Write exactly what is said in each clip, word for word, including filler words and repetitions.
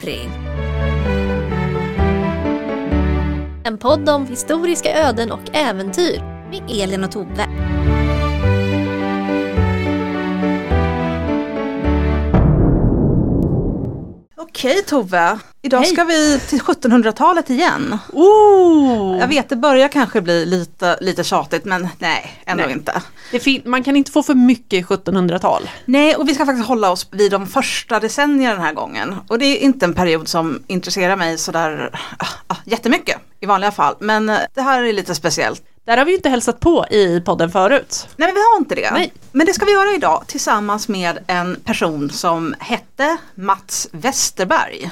Klättring. En podd om historiska öden och äventyr med Elin och Tove. Okej Tove, idag Hej. ska vi till sjuttonhundratalet igen. Oh. Jag vet, det börjar kanske bli lite, lite tjatigt, men nej, ändå Nej. inte. Det fin- man kan inte få för mycket sjuttonhundratal. Nej, och vi ska faktiskt hålla oss vid de första decennierna den här gången. Och det är inte en period som intresserar mig sådär ah, ah, jättemycket i vanliga fall. Men eh, det här är lite speciellt. Där har vi ju inte hälsat på i podden förut. Nej, men vi har inte det. Nej. Men det ska vi göra idag tillsammans med en person som hette Mats Westerberg.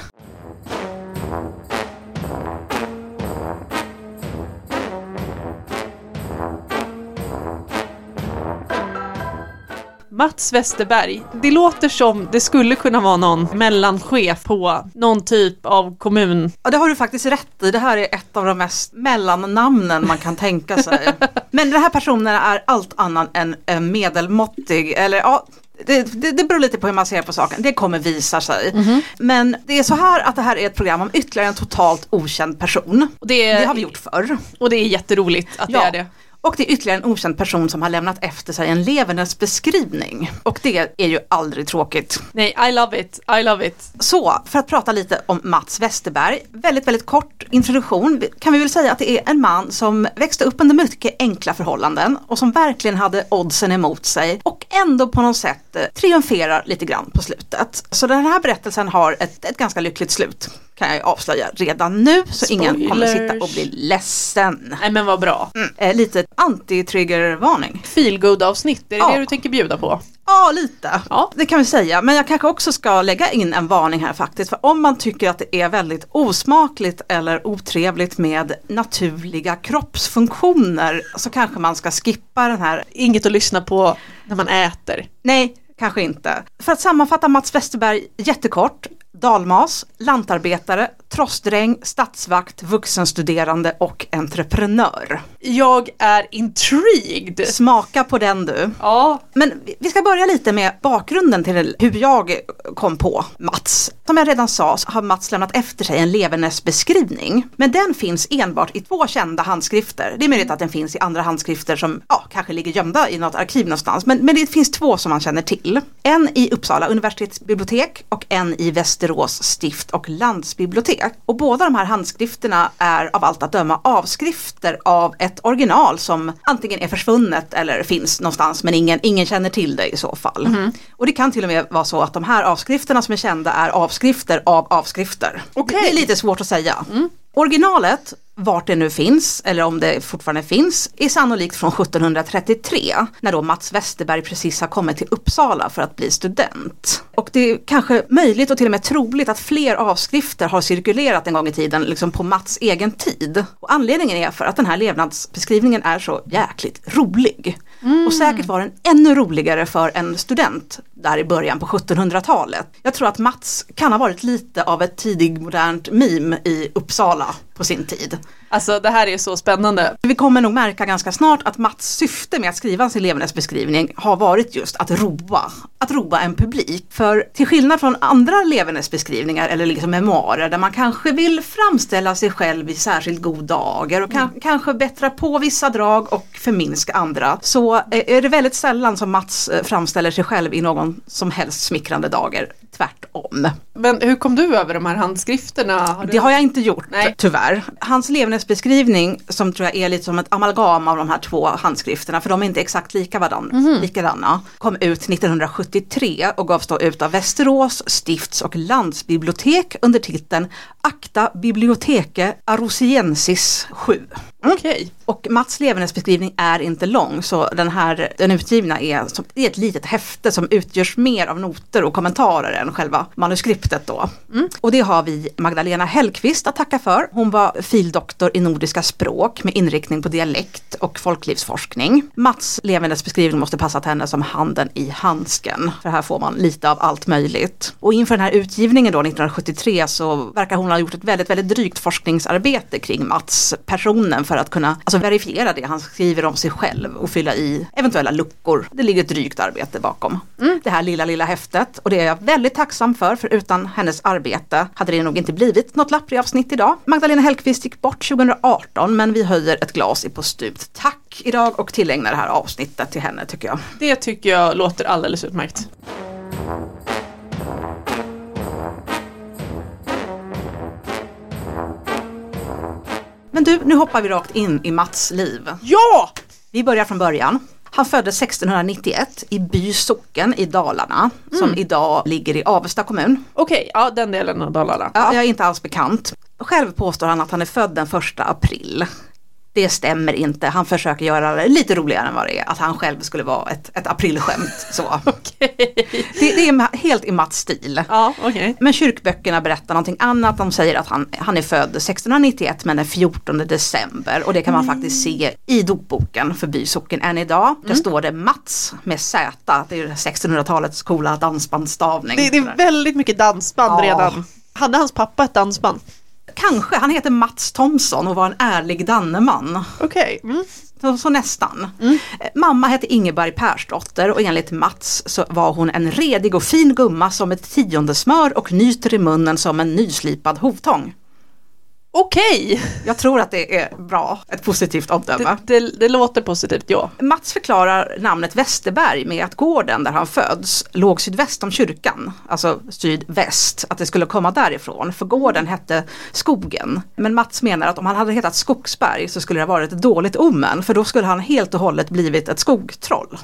Mats Westerberg. Det låter som det skulle kunna vara någon mellanchef på någon typ av kommun. Ja, det har du faktiskt rätt i. Det här är ett av de mest mellannamnen man kan tänka sig. Men den här personen är allt annat än en medelmåttig. Eller ja, det, det, det beror lite på hur man ser på saken. Det kommer visa sig. Mm-hmm. Men det är så här att det här är ett program om ytterligare en totalt okänd person. Och det, är, det har vi gjort förr. Och det är jätteroligt att Ja. det är det. Och det är ytterligare en okänd person som har lämnat efter sig en levernes beskrivning. Och det är ju aldrig tråkigt. Nej, I love it. I love it. Så, för att prata lite om Mats Westerberg. Väldigt, väldigt kort introduktion. Kan vi väl säga att det är en man som växte upp under mycket enkla förhållanden. Och som verkligen hade oddsen emot sig. Och ändå på något sätt eh, triumferar lite grann på slutet. Så den här berättelsen har ett, ett ganska lyckligt slut. Kan jag avslöja redan nu. Så Spoilers. Ingen kommer sitta och bli ledsen. Nej, men vad bra. Mm. Eh, lite anti-triggervarning. Feelgood-avsnitt, är det Ja. det du tänker bjuda på? Ja, lite. Ja. Det kan vi säga. Men jag kanske också ska lägga in en varning här faktiskt. För om man tycker att det är väldigt osmakligt eller otrevligt med naturliga kroppsfunktioner så kanske man ska skippa den här. Inget att lyssna på när man äter. Nej, kanske inte. För att sammanfatta Mats Westerberg jättekort. Dalmas, lantarbetare, trossdräng, stadsvakt, vuxenstuderande och entreprenör. Jag är intrigued. Smaka på den du. Ja. Men vi ska börja lite med bakgrunden till hur jag kom på Mats. Som jag redan sa så har Mats lämnat efter sig en levernes beskrivning. Men den finns enbart i två kända handskrifter. Det är möjligt att den finns i andra handskrifter som ja, kanske ligger gömda i något arkiv någonstans. Men, men det finns två som man känner till. En i Uppsala universitetsbibliotek och en i Västerås stift- och landsbibliotek. Och båda de här handskrifterna är av allt att döma avskrifter av ett original som antingen är försvunnet eller finns någonstans men ingen, ingen känner till det i så fall. Mm. Och det kan till och med vara så att de här avskrifterna som är kända är avskrifter av avskrifter. Okay. Det är lite svårt att säga. Mm. Originalet, vart det nu finns, eller om det fortfarande finns, är sannolikt från sjuttonhundratrettiotre, när då Mats Westerberg precis har kommit till Uppsala för att bli student. Och det är kanske möjligt och till och med troligt att fler avskrifter har cirkulerat en gång i tiden, liksom på Mats egen tid. Och anledningen är för att den här levnadsbeskrivningen är så jäkligt rolig. Mm. Och säkert var den ännu roligare för en student där i början på sjuttonhundratalet. Jag tror att Mats kan ha varit lite av ett tidig modernt meme i Uppsala på sin tid. Alltså det här är så spännande. Vi kommer nog märka ganska snart att Mats syfte med att skriva sin levernesbeskrivning har varit just att roa. Att roa en publik. För till skillnad från andra levernesbeskrivningar eller liksom memoarer där man kanske vill framställa sig själv i särskilt god dagar och kan, mm. kanske bättra på vissa drag och förminska andra, så är det väldigt sällan som Mats framställer sig själv i någon som helst smickrande dagar. Tvärtom. Men hur kom du över de här handskrifterna? Har du... Det har jag inte gjort, Nej. Tyvärr. Hans levnadsbeskrivning, som tror jag är lite som ett amalgam av de här två handskrifterna, för de är inte exakt lika varann, mm-hmm. likadana, kom ut nittonhundrasjuttiotre och gavs då ut av Västerås stifts- och landsbibliotek under titeln Acta Biblioteke Arosiensis sju. Mm. Okej. Och Mats levnadsbeskrivning är inte lång, så den här, den utgivna är, som, är ett litet häfte som utgörs mer av noter och kommentarer än själva manuskriptet då. Mm. Och det har vi Magdalena Hellqvist att tacka för. Hon var fildoktor i nordiska språk med inriktning på dialekt och folklivsforskning. Mats levnadsbeskrivning måste passa till henne som handen i handsken, för här får man lite av allt möjligt. Och inför den här utgivningen då nittonhundrasjuttiotre så verkar hon ha gjort ett väldigt, väldigt drygt forskningsarbete kring Mats personen för att kunna alltså så verifiera det han skriver om sig själv och fylla i eventuella luckor. Det ligger ett drygt arbete bakom mm. det här lilla, lilla häftet. Och det är jag väldigt tacksam för, för utan hennes arbete hade det nog inte blivit något Lappri-avsnitt idag. Magdalena Hellqvist gick bort tjugo arton, men vi höjer ett glas i postut. Tack idag och tillägnar det här avsnittet till henne, tycker jag. Det tycker jag låter alldeles utmärkt. Men du, nu hoppar vi rakt in i Mats liv. Ja! Vi börjar från början. Han föddes sextonhundranittioett i By socken i Dalarna, mm. som idag ligger i Avesta kommun. Okej, okay, ja, den delen av Dalarna. Ja, jag är inte alls bekant. Själv påstår han att han är född den första april. Det stämmer inte. Han försöker göra det lite roligare än vad det är. Att han själv skulle vara ett, ett aprilskämt. Så. Okay. Det, det är helt i Mats stil. Ja, okay. Men kyrkböckerna berättar någonting annat. De säger att han, han är född sextonhundranittioett men den fjortonde december. Och det kan man mm. faktiskt se i dopboken för By socken än idag. Där mm. står det Mats med Z. Det är ju sextonhundratalets coola dansbandstavning. Det, det är väldigt mycket dansband ja. redan. Hade hans pappa ett dansband? Kanske, han heter Mats Thomsson och var en ärlig danneman. Okej. Okay. Mm. Så, så nästan. Mm. Mamma hette Ingeberg Persdotter och enligt Mats så var hon en redig och fin gumma som ett tionde smör och nyter i munnen som en nyslipad hovtång. Okej. Jag tror att det är bra, ett positivt omdöme. Det, det, det låter positivt, ja. Mats förklarar namnet Västerberg med att gården där han föds låg sydväst om kyrkan, alltså sydväst, att det skulle komma därifrån. För gården hette Skogen. Men Mats menar att om han hade hetat Skogsberg så skulle det ha varit ett dåligt omen, för då skulle han helt och hållet blivit ett skogtroll.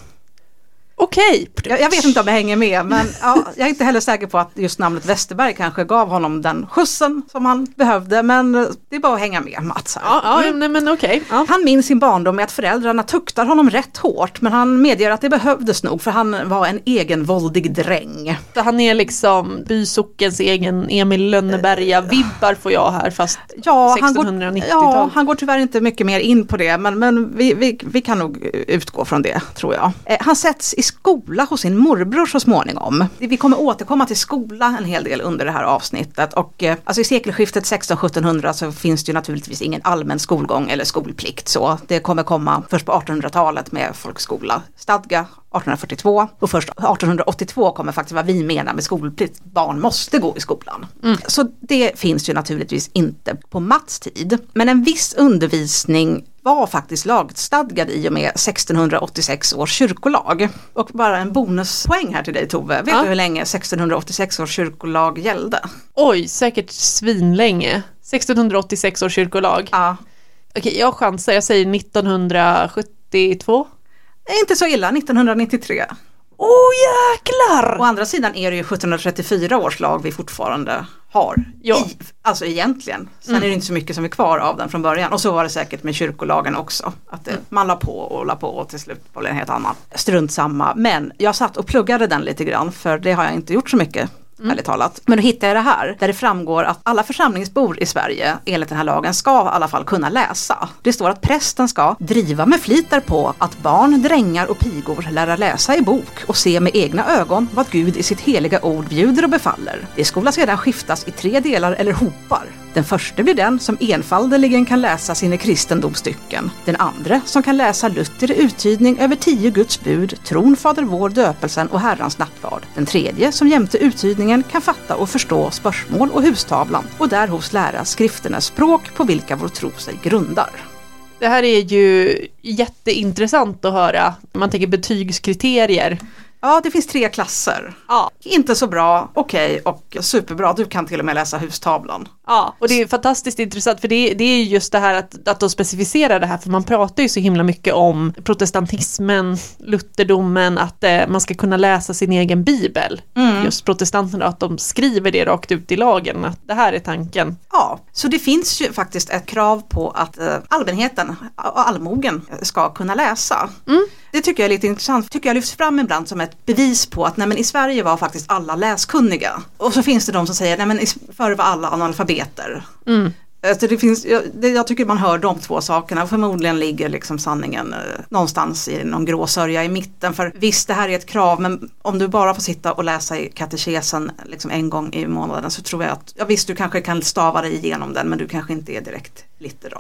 Okej. Jag, jag vet inte om jag hänger med, men ja, jag är inte heller säker på att just namnet Västerberg kanske gav honom den skjutsen som han behövde, men det är bara att hänga med Mats här. Ja, ja mm. men okej. Ja. Han minns sin barndom med att föräldrarna tuktar honom rätt hårt, men han medger att det behövdes nog för han var en egenvåldig dräng. Han är liksom By sockens egen Emil Lönneberga-vibbar får jag här, fast ja, sextonhundranittiotal. Han går, ja, han går tyvärr inte mycket mer in på det, men, men vi, vi, vi kan nog utgå från det, tror jag. Eh, han sätts i skola hos sin morbror så småningom. Vi kommer återkomma till skola en hel del under det här avsnittet och eh, alltså i sekelskiftet sexton sjuttonhundra så finns det ju naturligtvis ingen allmän skolgång eller skolplikt så. Det kommer komma först på artonhundratalet med folkskola stadga artonhundrafyrtiotvå och först artonhundraåttiotvå kommer faktiskt vad vi menar med skolplikt. Barn måste gå i skolan. Mm. Så det finns ju naturligtvis inte på Mats tid. Men en viss undervisning var faktiskt lagstadgad i och med sextonhundraåttiosex års kyrkolag. Och bara en bonuspoäng här till dig Tove. Vet ja. du hur länge sextonhundraåttiosex års kyrkolag gällde? Oj, säkert svinlänge. sextonhundraåttiosex års kyrkolag. Ja. Okej, jag chansar. Jag säger nittonhundrasjuttiotvå. Det är inte så illa, nittonhundranittiotre. Åh oh, jäklar! Å andra sidan är det ju sjuttonhundratrettiofyra års lag vi fortfarande har. Ja. I, alltså egentligen. Sen mm. är det inte så mycket som är kvar av den från början. Och så var det säkert med kyrkolagen också. Att det, mm. man la på och la på och till slut blev det en helt annan. Strunt samma. Men jag satt och pluggade den lite grann för det har jag inte gjort så mycket. Mm. Ärligt talat. Men då hittade jag det här där det framgår att alla församlingsbor i Sverige enligt den här lagen ska i alla fall kunna läsa. Det står att prästen ska driva med flit därpå att barn, drängar och pigor lära läsa i bok och se med egna ögon vad Gud i sitt heliga ord bjuder och befaller. Det skola sedan skiftas i tre delar eller hopar. Den första blir den som enfaldeligen kan läsa sina kristendomsstycken. Den andra som kan läsa Luther i uttydning över tio Guds bud, tron, fader vår, döpelsen och Herrans nattvard. Den tredje som jämte uttydningen kan fatta och förstå spörsmål och hustavlan och där hos lära skrifternas språk på vilka vår tro sig grundar. Det här är ju jätteintressant att höra. Man tänker betygskriterier. Ja, det finns tre klasser. Ja. Inte så bra, okej okay, och superbra. Du kan till och med läsa hustavlan. Ja, och det är fantastiskt intressant för det, det är just det här att, att de specificerar det här. För man pratar ju så himla mycket om protestantismen, lutherdomen, att eh, man ska kunna läsa sin egen bibel. Mm. Just protestanterna, att de skriver det rakt ut i lagen. Att det här är tanken. Ja, så det finns ju faktiskt ett krav på att eh, allmänheten och allmogen ska kunna läsa. Mm. Det tycker jag är lite intressant. Tycker jag lyfts fram ibland som ett bevis på att nej, men i Sverige var faktiskt alla läskunniga. Och så finns det de som säger nej men förr var alla analfabeter. Mm. Så det finns, jag, det, jag tycker man hör de två sakerna. Förmodligen ligger liksom sanningen eh, någonstans i någon grå sörja i mitten. För visst, det här är ett krav, men om du bara får sitta och läsa i katekesen liksom en gång i månaden så tror jag att, ja visst du kanske kan stava dig igenom den men du kanske inte är direkt litterat.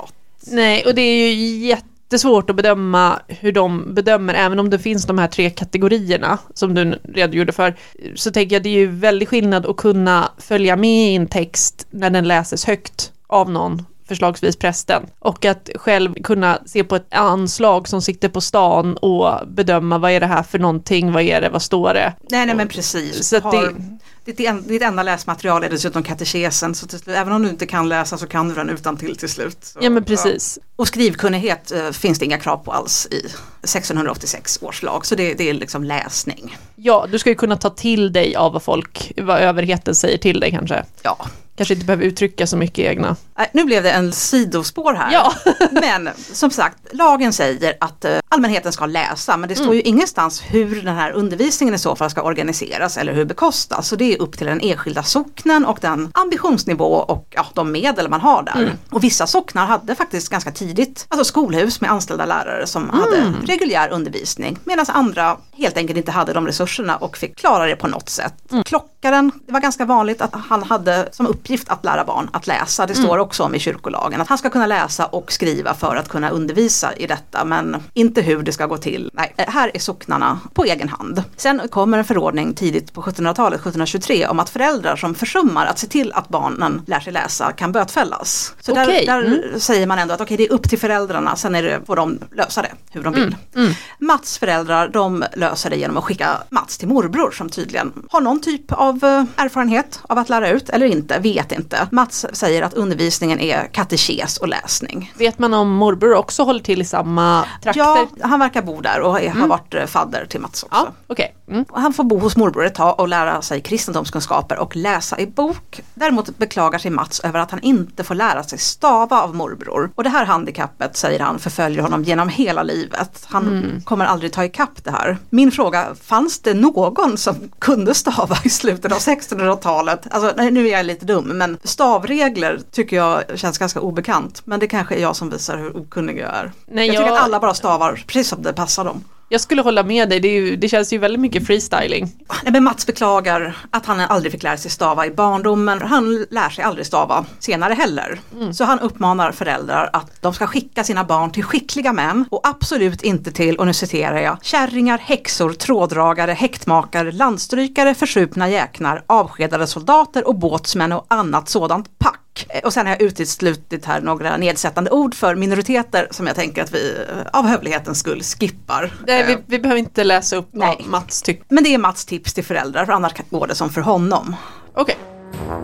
Nej, och det är ju jättesvårt att bedöma hur de bedömer, även om det finns de här tre kategorierna som du redogjorde för, så tänker jag det är ju väldigt skillnad att kunna följa med i en text när den läses högt av någon, förslagsvis prästen, och att själv kunna se på ett anslag som sitter på stan och bedöma vad är det här för någonting, vad är det, vad står det? Nej, nej men precis. Så att det, Har, ditt, en, ditt enda läsmaterial är dessutom katekesen, så till slut, även om du inte kan läsa så kan du den utan till till slut. Så, ja men precis. Ja. Och skrivkunnighet eh, finns det inga krav på alls i sextonhundraåttiosex års lag, så det, det är liksom läsning. Ja, du ska ju kunna ta till dig av vad folk, vad överheten säger till dig kanske. Ja. Kanske inte behöver uttrycka så mycket egna. Äh, nu blev det en sidospår här. Ja. Men som sagt, lagen säger att uh, allmänheten ska läsa, men det står mm. ju ingenstans hur den här undervisningen i så fall ska organiseras eller hur bekostas. Så det är upp till den enskilda socknen och den ambitionsnivå och ja, de medel man har där. Mm. Och vissa socknar hade faktiskt ganska tidigt alltså skolhus med anställda lärare som mm. hade reguljär undervisning, medan andra helt enkelt inte hade de resurserna och fick klara det på något sätt. Mm. Klockaren, det var ganska vanligt att han hade som uppgift att lära barn att läsa. Det står mm. också om i kyrkolagen att han ska kunna läsa och skriva för att kunna undervisa i detta, men inte hur det ska gå till. Nej, här är socknarna på egen hand. Sen kommer en förordning tidigt på sjuttonhundratalet, sjuttonhundratjugotre, om att föräldrar som försummar att se till att barnen lär sig läsa kan bötfällas. Så okay. där, där mm. säger man ändå att okay, det är upp till föräldrarna, sen är det, får de lösa det hur de vill. Mm. Mm. Mats föräldrar, de löser det genom att skicka Mats till morbror som tydligen har någon typ av erfarenhet av att lära ut, eller inte, vet inte. Mats säger att undervisningen är katekes och läsning. Vet man om morbror också håller till i samma trakter? Ja, han verkar bo där och är, mm. har varit fadder till Mats också. Ja, okay. mm. Han får bo hos morbror ett tag och lära sig kristendomskunskaper och läsa i bok. Däremot beklagar sig Mats över att han inte får lära sig stava av morbror. Och det här handikappet, säger han, förföljer honom genom hela livet. Han mm. kommer aldrig ta ikapp det här. Min fråga, fanns det någon som kunde stava i slutet av sextonhundratalet? Alltså, nu är jag lite dum, men stavregler tycker jag känns ganska obekant. Men det kanske är jag som visar hur okunnig jag är. Nej, jag, jag tycker att alla bara stavar precis som det passar dem. Jag skulle hålla med dig, det, är ju, det känns ju väldigt mycket freestyling. Nej, men Mats beklagar att han aldrig fick lära sig stava i barndomen. Han lär sig aldrig stava senare heller. Mm. Så han uppmanar föräldrar att de ska skicka sina barn till skickliga män och absolut inte till, och nu citerar jag, kärringar, häxor, tråddragare, häktmakare, landstrykare, försupna jäknar, avskedade soldater och båtsmän och annat sådant pack. Och sen har jag uteslutit här några nedsättande ord för minoriteter som jag tänker att vi av hövlighetens skull skippar. Nej, vi, vi behöver inte läsa upp Nej. vad Mats tycker. Men det är Mats tips till föräldrar, för annars går det som för honom. Okej. Okay.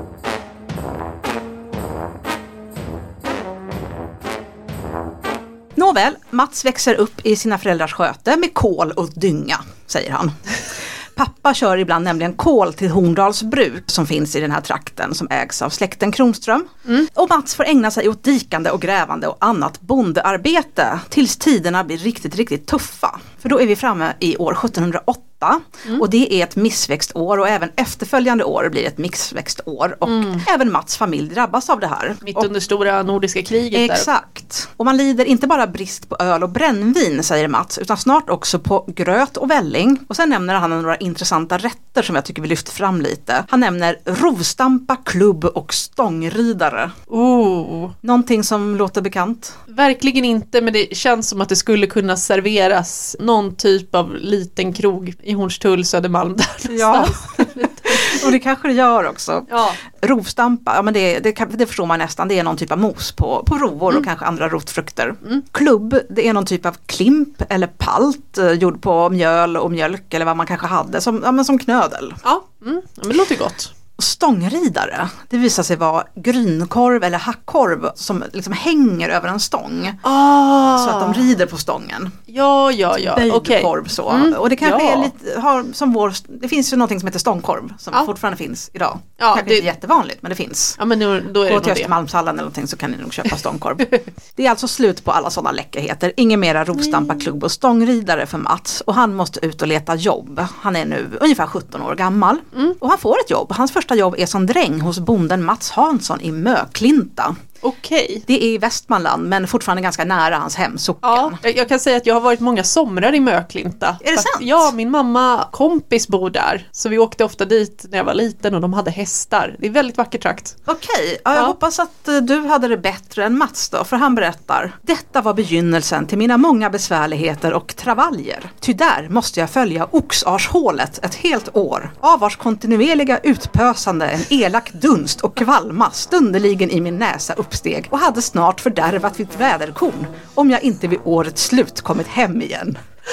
Nåväl, Mats växer upp i sina föräldrars sköte med kol och dynga, säger han. Pappa kör ibland nämligen kol till Horndals bruk som finns i den här trakten som ägs av släkten Kronström. Mm. Och Mats får ägna sig åt dikande och grävande och annat bondearbete tills tiderna blir riktigt, riktigt tuffa. För då är vi framme i år sjuttonhundraåtta. Mm. Och det är ett missväxtår och även efterföljande år blir ett missväxtår och mm. även Mats familj drabbas av det här. Mitt och, under stora nordiska kriget. Exakt. Där. Och man lider inte bara brist på öl och brännvin, säger Mats, utan snart också på gröt och välling. Och sen nämner han några intressanta rätter som jag tycker vi lyfter fram lite. Han nämner rovstampa, klubb och stångridare. Oh. Någonting som låter bekant? Verkligen inte, men det känns som att det skulle kunna serveras någon typ av liten krog i Hornstull, Södermalm där ja. Och det kanske det gör också. Ja. Rovstampa, ja men det, det, det förstår man nästan, det är någon typ av mos på, på rovor mm. och kanske andra rotfrukter. Mm. Klubb, det är någon typ av klimp eller palt eh, gjord på mjöl och mjölk eller vad man kanske hade, som, ja, men som knödel. Ja, mm. ja men det låter gott. Stångridare, det visar sig vara grynkorv eller hackkorv som liksom hänger över en stång. Ah. Så att de rider på stången. Ja, ja, ja. Böjd okay. korv så. Mm. Och det kanske ja. är lite, har, som vår, det finns ju någonting som heter stångkorv som ja. fortfarande finns idag. Ja, kanske det... inte jättevanligt, men det finns. Ja, men nu, då är Gå det till Östermalmshallen eller någonting så kan ni nog köpa stångkorv. Det är alltså slut på alla sådana läckerheter. Ingen mera rovstampa, klubb och stångridare för Mats. Och han måste ut och leta jobb. Han är nu ungefär sjutton år gammal. Mm. Och han får ett jobb. Hans första jobb är som dräng hos bonden Mats Hansson i Möklinta. Okej. Det är i Västmanland men fortfarande ganska nära hans hemsocken. Ja, jag jag kan säga att jag har varit många somrar i Möklinta. Är det Fast- sant? Ja, min mamma kompis bor där. Så vi åkte ofta dit när jag var liten och de hade hästar. Det är väldigt vacker trakt. Okej, ja, jag Ja. hoppas att eh, du hade det bättre än Mats då, för han berättar. Detta var begynnelsen till mina många besvärligheter och travaljer. Ty där måste jag följa oxarshålet ett helt år, av vars kontinuerliga utpösande en elak dunst och kvalma stundeligen i min näsa uppsteg och hade snart fördärvat mitt väderkorn, om jag inte vid årets slut kommit hem igen.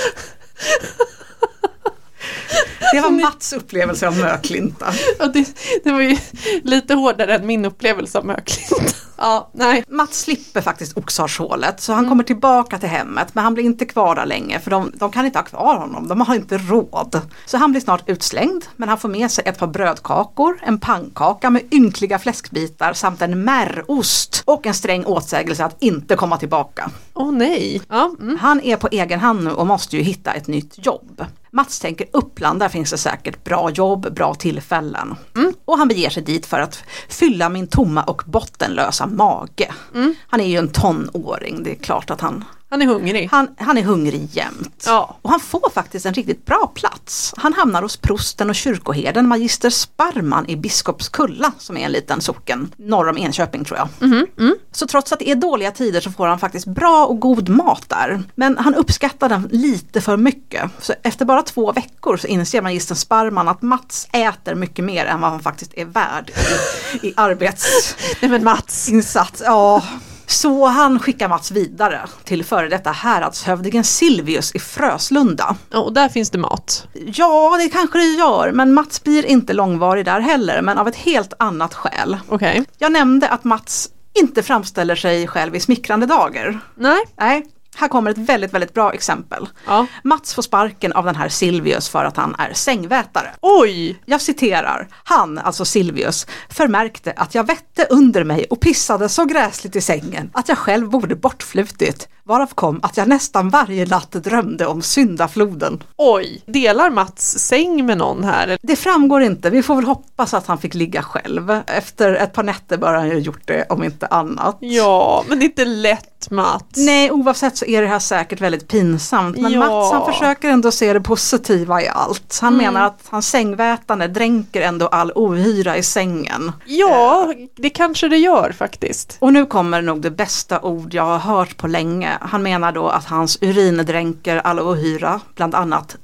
Det var Mats upplevelse av Möklinta. Ja, det, det var ju lite hårdare än min upplevelse av Möklinta. Ja, nej. Mats slipper faktiskt oxarshålet så han mm. kommer tillbaka till hemmet, men han blir inte kvar där länge för de, de kan inte ha kvar honom, de har inte råd. Så han blir snart utslängd, men han får med sig ett par brödkakor, en pannkaka med ynkliga fläskbitar samt en märrost och en sträng åtsägelse att inte komma tillbaka. Åh oh, nej. Ja, mm. Han är på egen hand nu och måste ju hitta ett nytt jobb. Mats tänker Uppland, där finns det säkert bra jobb, bra tillfällen. Mm. Och han beger sig dit för att fylla min tomma och bottenlösa mage. Mm. Han är ju en tonåring, det är klart att han... Han är hungrig. Han, han är hungrig jämt. Ja. Och han får faktiskt en riktigt bra plats. Han hamnar hos prosten och kyrkoherden magister Sparman i Biskopskulla, som är en liten socken norr om Enköping tror jag. Mm. Mm. Så trots att det är dåliga tider så får han faktiskt bra och god mat där. Men han uppskattar den lite för mycket. Så efter bara två veckor så inser magister Sparman att Mats äter mycket mer än vad han faktiskt är värd i, i arbetsinsats. Nej men Mats. Ja. Så han skickar Mats vidare till före detta häradshövdingen Silvius i Fröslunda. Ja, och där finns det mat. Ja, det kanske det gör, men Mats blir inte långvarig där heller, men av ett helt annat skäl. Okej. Okay. Jag nämnde att Mats inte framställer sig själv i smickrande dagar. Nej. Nej. Här kommer ett väldigt, väldigt bra exempel. Ja. Mats får sparken av den här Silvius för att han är sängvätare. Oj! Jag citerar. Han, alltså Silvius, förmärkte att jag vette under mig och pissade så gräsligt i sängen att jag själv borde bortflutit. Varav kom att jag nästan varje natt drömde om syndafloden. Oj, delar Mats säng med någon här? Det framgår inte. Vi får väl hoppas att han fick ligga själv. Efter ett par nätter bör han ju gjort det, om inte annat. Ja, men det är inte lätt, Mats. Nej, oavsett så är det här säkert väldigt pinsamt. Men ja. Mats, han försöker ändå se det positiva i allt. Han Mm. menar att hans sängvätande dränker ändå all ohyra i sängen. Ja, det kanske det gör faktiskt. Och nu kommer nog det bästa ord jag har hört på länge. Han menar då att hans urin dränker all ohyra, bland annat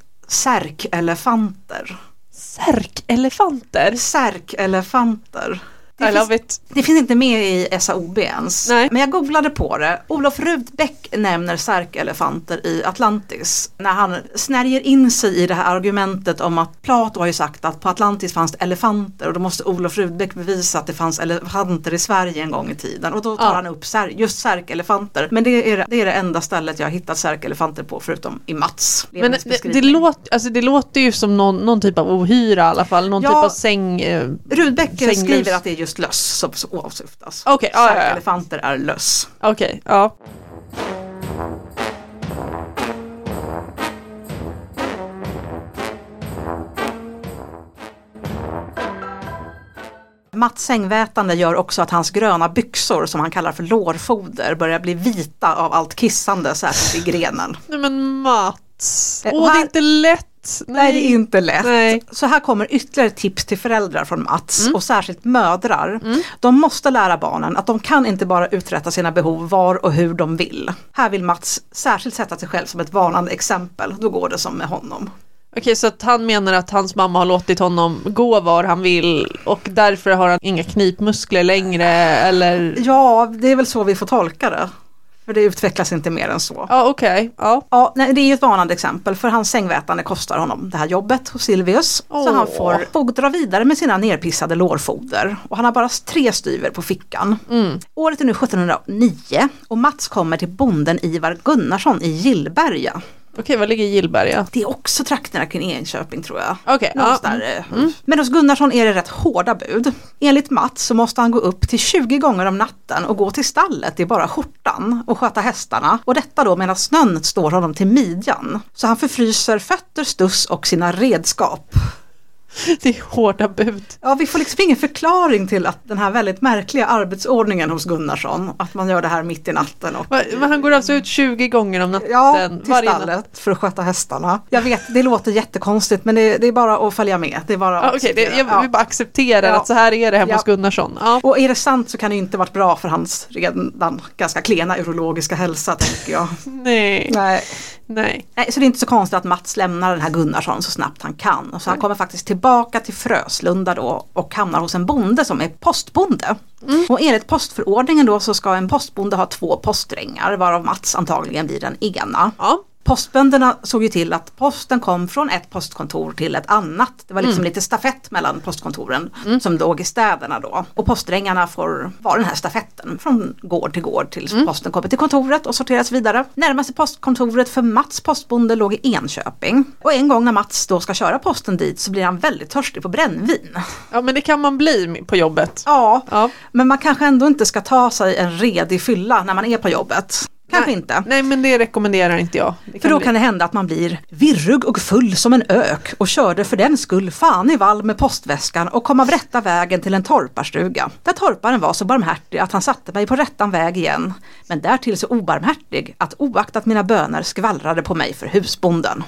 särkelefanter. Särkelefanter? Särkelefanter. Det, I love finns, it. det finns inte med i S A O B ens. Nej. Men jag googlade på det. Olof Rudbeck nämner särkelefanter i Atlantis. När han snärjer in sig i det här argumentet om att Plato har ju sagt att på Atlantis fanns det elefanter. Och då måste Olof Rudbeck bevisa att det fanns elefanter i Sverige en gång i tiden. Och då tar Ja. han upp sär, just särkelefanter. Men det är, det är det enda stället jag har hittat särkelefanter på förutom i Mats. Men det, det, låter, alltså det låter ju som någon, någon typ av ohyra i alla fall. Någon Ja, typ av säng... Eh, Rudbeck sänglus. skriver att det är just löss som åsyftas. Okej, ja, ja, ja. Särkelefanter är löss. Okej, okay, ja. Mats sängvätande gör också att hans gröna byxor, som han kallar för lårfoder, börjar bli vita av allt kissande, särskilt i grenen. Nej men Mats, Eh, åh och här- det är inte lätt. Nej, Nej det är inte lätt. Nej. Så här kommer ytterligare tips till föräldrar från Mats Mm. och särskilt mödrar. Mm. De måste lära barnen att de kan inte bara uträtta sina behov var och hur de vill. Här vill Mats särskilt sätta sig själv som ett varnande exempel. Då går det som med honom. Okej, så att han menar att hans mamma har låtit honom gå var han vill och därför har han inga knipmuskler längre, eller? Ja, det är väl så vi får tolka det. För det utvecklas inte mer än så. Ja, okej. Okay. Ja. Ja, nej, det är ju ett varnande exempel, för hans sängvätande kostar honom det här jobbet hos Silvius. Åh. Så han får fodra vidare med sina nerpissade lårfoder. Och han har bara tre styver på fickan. Mm. Året är nu sjuttonhundranio och Mats kommer till bonden Ivar Gunnarsson i Gillberga. Okej, vad ligger i Gillberga? Det är också trakterna kring Enköping tror jag. Okej, Någonstans ja. där. Mm. Men hos Gunnarsson är det rätt hårda bud. Enligt Mats så måste han gå upp till tjugo gånger om natten och gå till stallet i bara skjortan och sköta hästarna. Och detta då medan snön står honom till midjan. Så han förfryser fötter, stuss och sina redskap. Det är hårda bud. Ja, vi får liksom ingen förklaring till att den här väldigt märkliga arbetsordningen hos Gunnarsson, att man gör det här mitt i natten. Och, Men han går alltså ut tjugo gånger om natten? ja, till varje stallet natt. för att sköta hästarna. Jag vet, det låter jättekonstigt, men det, det är bara att följa med. Det är bara att Ja, okej, det, jag acceptera. vill bara acceptera Ja. att så här är det hemma Ja. hos Gunnarsson. Ja. Och är det sant så kan det inte varit bra för hans redan ganska klena urologiska hälsa, tänker jag. Nej. Nej. Nej. Nej, så det är inte så konstigt att Mats lämnar den här Gunnarsson så snabbt han kan. Och så han kommer faktiskt tillbaka till Fröslunda då och hamnar hos en bonde som är postbonde. Mm. Och enligt postförordningen då så ska en postbonde ha två poststrängar, varav Mats antagligen blir den ena. Ja. Postbönderna såg ju till att posten kom från ett postkontor till ett annat. Det var liksom Mm. lite stafett mellan postkontoren mm. som låg i städerna då. Och poststrängarna får vara den här stafetten från gård till gård tills mm. posten kommer till kontoret och sorteras vidare. Närmaste postkontoret för Mats postbonde låg i Enköping. Och en gång när Mats då ska köra posten dit så blir han väldigt törstig på brännvin. Ja, men det kan man bli på jobbet. Ja, Ja. men man kanske ändå inte ska ta sig en redig fylla när man är på jobbet. Kanske Nej. inte. Nej, men det rekommenderar inte jag. Det För då bli- kan det hända att man blir virrug och full som en ök och körde för den skull fan i vall med postväskan och kom av rätta vägen till en torparstuga. Där torparen var så barmhärtig att han satte mig på rättan väg igen. Men därtill så obarmhärtig att oaktat mina böner skvallrade på mig för husbonden.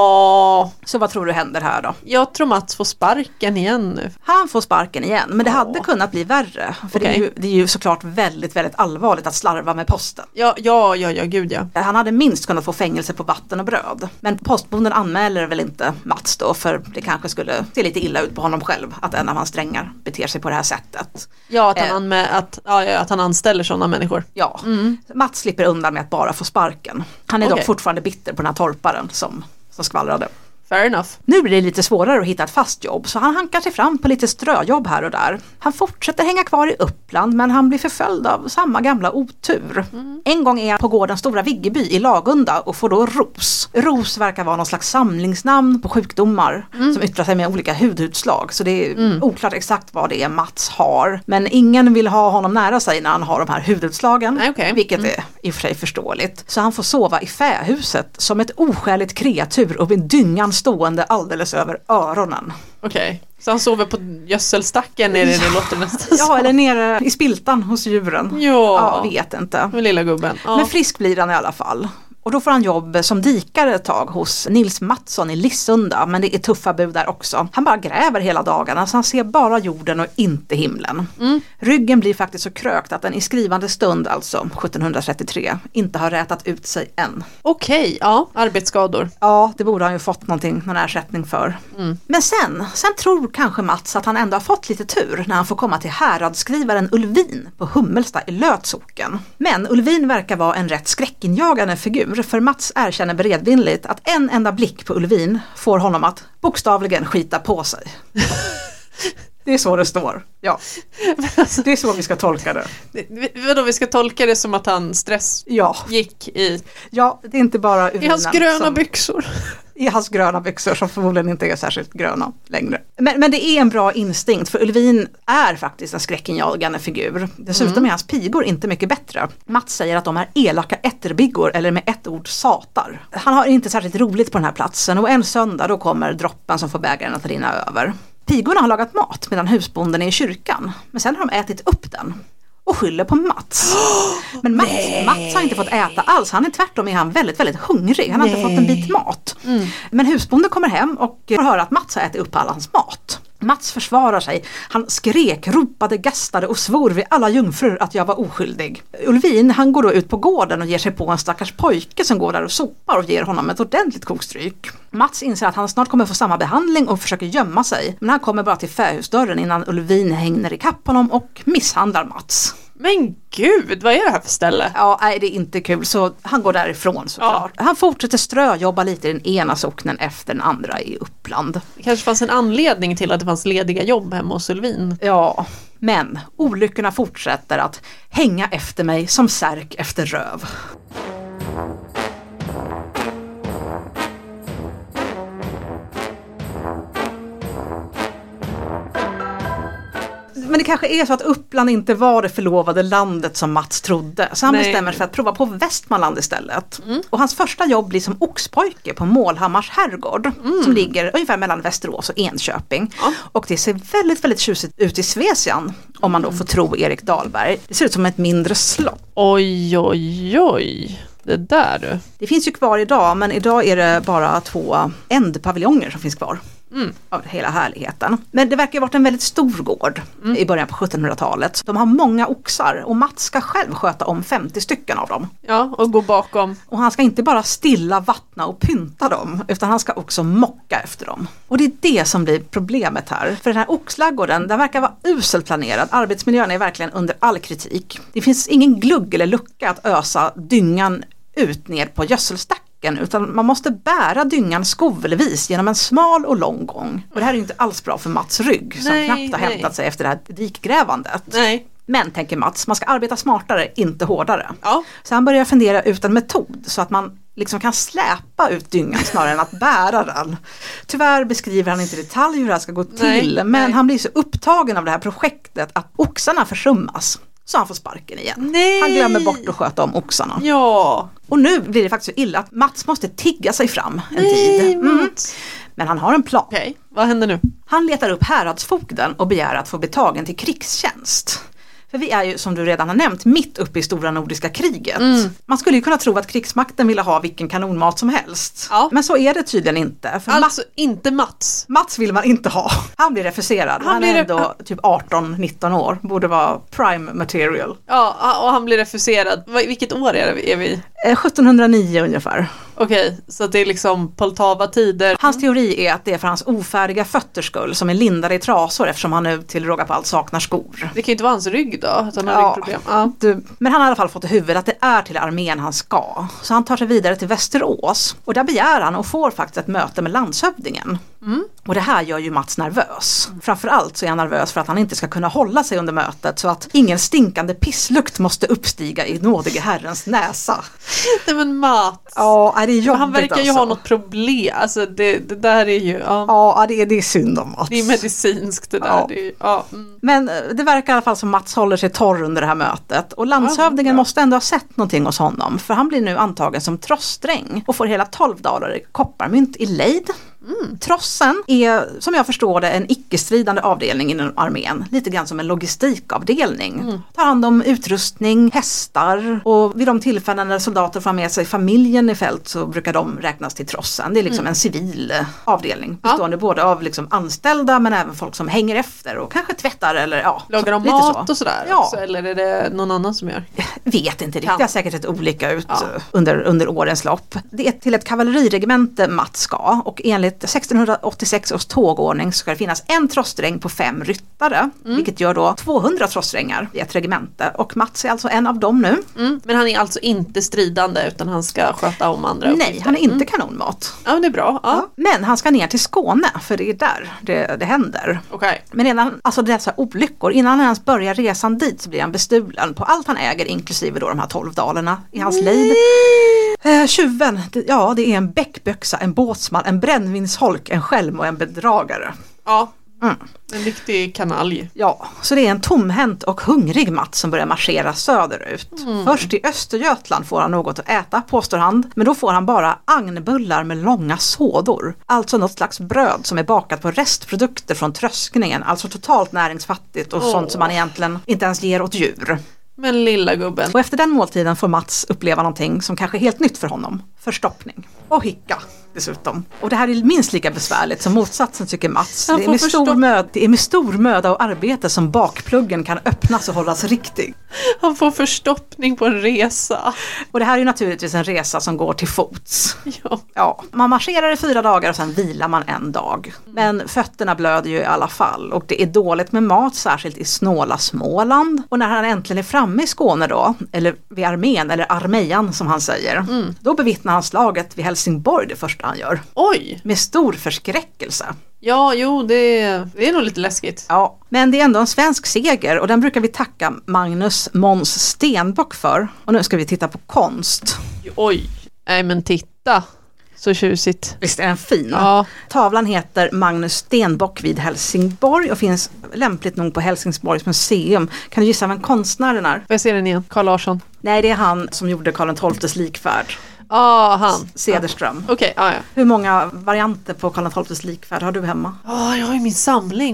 Ja, Så vad tror du händer här då? jag tror Mats får sparken igen nu. Han får sparken igen, men det Ja. hade kunnat bli värre. För det, är Okej. ju, det är ju såklart väldigt, väldigt allvarligt att slarva med posten. Ja, ja, ja, ja, gud ja. Han hade minst kunnat få fängelse på vatten och bröd. Men postbonden anmäler väl inte Mats då, för det kanske skulle se lite illa ut på honom själv att en av hans strängar beter sig på det här sättet. Ja, att han, Eh. anmä- att, ja, ja, att han anställer sådana människor. Ja, Mats slipper undan med att bara få sparken. Han är Okej. dock fortfarande bitter på den här torparen som, som skvallrade. Fair enough. Nu blir det lite svårare att hitta ett fast jobb så han hankar sig fram på lite ströjobb här och där. Han fortsätter hänga kvar i Uppland men han blir förföljd av samma gamla otur. Mm. En gång är han på gården Stora Viggeby i Lagunda och får då ros. Ros verkar vara någon slags samlingsnamn på sjukdomar mm. som yttrar sig med olika hudutslag. Så det är mm. oklart exakt vad det är Mats har. Men ingen vill ha honom nära sig när han har de här hudutslagen. Nej, okay. Vilket mm. är i och för sig förståeligt. Så han får sova i fähuset som ett oskäligt kreatur och med dyngan stående alldeles över öronen. Okej, okay. Så han sover på gödselstacken nere i det låter nästan Ja, eller nere i spiltan hos djuren. Ja, ja vet inte. Med lilla gubben. Ja. Men frisk blir han i alla fall. Och då får han jobb som dikare ett tag hos Nils Mattsson i Lissunda, men det är tuffa bud där också. Han bara gräver hela dagarna så han ser bara jorden och inte himlen. Mm. Ryggen blir faktiskt så krökt att den i skrivande stund, alltså sjuttonhundratrettiotre, inte har rätat ut sig än. Okej, okay, ja, arbetsskador. Ja, det borde han ju fått någonting, någon ersättning för. Mm. Men sen, sen tror kanske Mats att han ändå har fått lite tur när han får komma till häradsskrivaren Ulvin på Hummelsta i Lötsocken. Men Ulvin verkar vara en rätt skräckinjagande figur. För Mats erkänner beredvilligt att en enda blick på Ulvin får honom att bokstavligen skita på sig. Det är så det står. Ja. Det är så vi ska tolka det. Vadå, vi ska tolka det som att han stress ja. gick i... Ja, det är inte bara i hans gröna som, byxor. I hans gröna byxor som förmodligen inte är särskilt gröna längre. Men, men det är en bra instinkt för Ulvin är faktiskt en skräckinjagande figur. Dessutom mm. är hans pigor inte mycket bättre. Mats säger att de är elaka ätterbiggor eller med ett ord satar. Han har inte särskilt roligt på den här platsen och en söndag då kommer droppen som får bägaren att rinna över. Pigorna har lagat mat medan husbonden är i kyrkan. Men sen har de ätit upp den. Och skyller på Mats. Men Mats, Mats har inte fått äta alls. Han är tvärtom är han väldigt, väldigt hungrig. Han har Nej. inte fått en bit mat. Mm. Men husbonden kommer hem och får höra att Mats har ätit upp all hans mat. Mats försvarar sig. Han skrek, ropade, gastade och svor vid alla jungfrur att jag var oskyldig. Ulvin, han går då ut på gården och ger sig på en stackars pojke som går där och sopar och ger honom ett ordentligt kokstryk. Mats inser att han snart kommer få samma behandling och försöker gömma sig. Men han kommer bara till fähusdörren innan Ulvin hänger i kapp honom och misshandlar Mats. Men gud, vad är det här för ställe? Ja, nej, det är inte kul. Så han går därifrån såklart. Ja. Han fortsätter ströjobba lite i den ena socknen efter den andra i Uppland. Det kanske fanns en anledning till att det fanns lediga jobb hemma hos Ulvin. Ja, men olyckorna fortsätter att hänga efter mig som särk efter röv. Men det kanske är så att Uppland inte var det förlovade landet som Mats trodde. Så han Nej. bestämmer sig för att prova på Västmanland istället. Mm. Och hans första jobb blir som oxpojke på Målhammars herrgård. Mm. Som ligger ungefär mellan Västerås och Enköping. Ja. Och det ser väldigt, väldigt tjusigt ut i Svesian. Om man då får tro Erik Dahlberg. Det ser ut som ett mindre slott. Oj, oj, oj. Det där du. Det finns ju kvar idag, men idag är det bara två ändpaviljonger som finns kvar. Mm. Av hela härligheten. Men det verkar ha varit en väldigt stor gård mm. i början på sjuttonhundratalet. De har många oxar och Mats ska själv sköta om femtio stycken av dem. Ja, och gå bakom. Och han ska inte bara stilla, vattna och pynta dem, utan han ska också mocka efter dem. Och det är det som blir problemet här. För den här oxlaggården, den verkar vara uselt planerad. Arbetsmiljön är verkligen under all kritik. Det finns ingen glugg eller lucka att ösa dyngan ut ner på gödselstacken, utan man måste bära dyngan skovelvis genom en smal och lång gång. Och det här är ju inte alls bra för Mats rygg som nej, knappt har nej. hämtat sig efter det här dikgrävandet. Nej. Men, tänker Mats, man ska arbeta smartare, inte hårdare. Ja. Så han börjar fundera ut en metod så att man liksom kan släpa ut dyngan snarare än att bära den. Tyvärr beskriver han inte i detalj hur det här ska gå till, nej, men nej. han blir så upptagen av det här projektet att oxarna försummas. Så han får sparken igen. Nej. Han glömmer bort att sköta om oxarna. Ja. Och nu blir det faktiskt så illa att Mats måste tigga sig fram en Nej, tid. Mm. Men han har en plan. Okej, vad händer nu? Han letar upp häradsfogden och begär att få bli tagen till krigstjänst. För vi är ju, som du redan har nämnt, mitt uppe i stora nordiska kriget. Mm. Man skulle ju kunna tro att krigsmakten ville ha vilken kanonmat som helst. Ja. Men så är det tydligen inte. För alltså Mats, inte Mats. Mats vill man inte ha. Han blir refuserad. Han, han blir är ändå re- typ arton nitton år. Borde vara prime material. Ja, och han blir refuserad. Vilket år är, det, är vi? sjuttonhundranio ungefär. Okej, så det är liksom Poltava-tider. Hans teori är att det är för hans ofärdiga fötters skull som är lindade i trasor eftersom han nu till råga på allt saknar skor. Det kan ju inte vara hans rygg då, att han har ja, ryggproblem. Ja. Du, men han har i alla fall fått i huvudet att det är till armén han ska. Så han tar sig vidare till Västerås och där begär han och får faktiskt ett möte med landshövdingen. Mm. Och det här gör ju Mats nervös. Mm. Framförallt så är han nervös för att han inte ska kunna hålla sig under mötet så att ingen stinkande pisslukt måste uppstiga i nådige herrens näsa. Nej men Mats. Ja, är det jobbigt. Han verkar ju alltså. ha något problem. Alltså det, det där är ju... Ja, ja det, är, det är synd om Mats. Det är medicinskt det där. Ja. Det är, ja. Mm. Men det verkar i alla fall som Mats håller sig torr under det här mötet. Och landshövdingen ja, måste ändå ha sett någonting hos honom. För han blir nu antagen som trossdräng och får hela tolv daler i kopparmynt i lejd. Mm. Trossen är, som jag förstår det, en icke-stridande avdelning inom armén. Lite grann som en logistikavdelning. Mm. Tar hand om utrustning, hästar och vid de tillfällen när soldater får med sig familjen i fält så brukar de räknas till trossen. Det är liksom mm. en civil avdelning. Bestående ja. både av liksom anställda men även folk som hänger efter och kanske tvättar eller ja. Lagar de mat så. och sådär ja. också, eller är det någon annan som gör? Jag vet inte riktigt. Det har säkert sett olika ut ja. under, under årens lopp. Det är till ett kavalleriregemente Mats ska och enligt sextonhundraåttiosex års tågordning ska det finnas en trossdräng på fem ryttare, mm. vilket gör då tvåhundra trossdrängar i ett regemente. Och Mats är alltså en av dem nu. Mm. Men han är alltså inte stridande utan han ska sköta om andra uppgifter. Nej, han är inte mm. kanonmat. Ja, det är bra. Ja. Ja. Men han ska ner till Skåne, för det är där det, det händer. Okay. Men innan, alltså dessa olyckor, innan han ens börjar resan dit så blir han bestulen på allt han äger, inklusive då de här tolv dalerna i hans lejd. Eh, tjuven, det, ja det är en bäckböxa, en båtsman, en brännvinsholk, en skälm och en bedragare. Ja, mm. en riktig kanalj. Ja, så det är en tomhänt och hungrig Mats som börjar marschera söderut. Mm. Först i Östergötland får han något att äta, påstår han. Men då får han bara agnbullar med långa sådor. Alltså något slags bröd som är bakat på restprodukter från tröskningen. Alltså totalt näringsfattigt och oh. sånt som man egentligen inte ens ger åt djur. Men lilla gubben. Och efter den måltiden får Mats uppleva någonting som kanske är helt nytt för honom. Förstoppning. Och hicka dessutom. Och det här är minst lika besvärligt som motsatsen tycker Mats. Det är, med stor möd, det är med stor möda och arbete som bakpluggen kan öppnas och hållas riktig. Han får förstoppning på en resa. Och det här är ju naturligtvis en resa som går till fots. Ja. Ja, man marscherar i fyra dagar och sen vilar man en dag. Men fötterna blöder ju i alla fall. Och det är dåligt med mat, särskilt i snåla Småland. Och när han äntligen är framme i Skåne då, eller vid armén, eller armejan som han säger. Mm. Då bevittnar han slaget vid Helsingborg det första han gör. Oj! Med stor förskräckelse. Ja, jo, det är, det är nog lite läskigt. Ja, men det är ändå en svensk seger och den brukar vi tacka Magnus Måns Stenbock för. Och nu ska vi titta på konst. Oj, nej men titta. Så tjusigt. Visst är den fin? Ja. Tavlan heter Magnus Stenbock vid Helsingborg och finns lämpligt nog på Helsingborgs museum. Kan du gissa vem konstnären är? Får jag se den igen? Carl Larsson. Nej, det är han som gjorde Karl den tolftes likfärd. Ja, ah, han. Cederström. Okej, okay, ah, ja. Hur många varianter på Karl den tolftes likfärd har du hemma? Ja, oh, jag har ju min samling.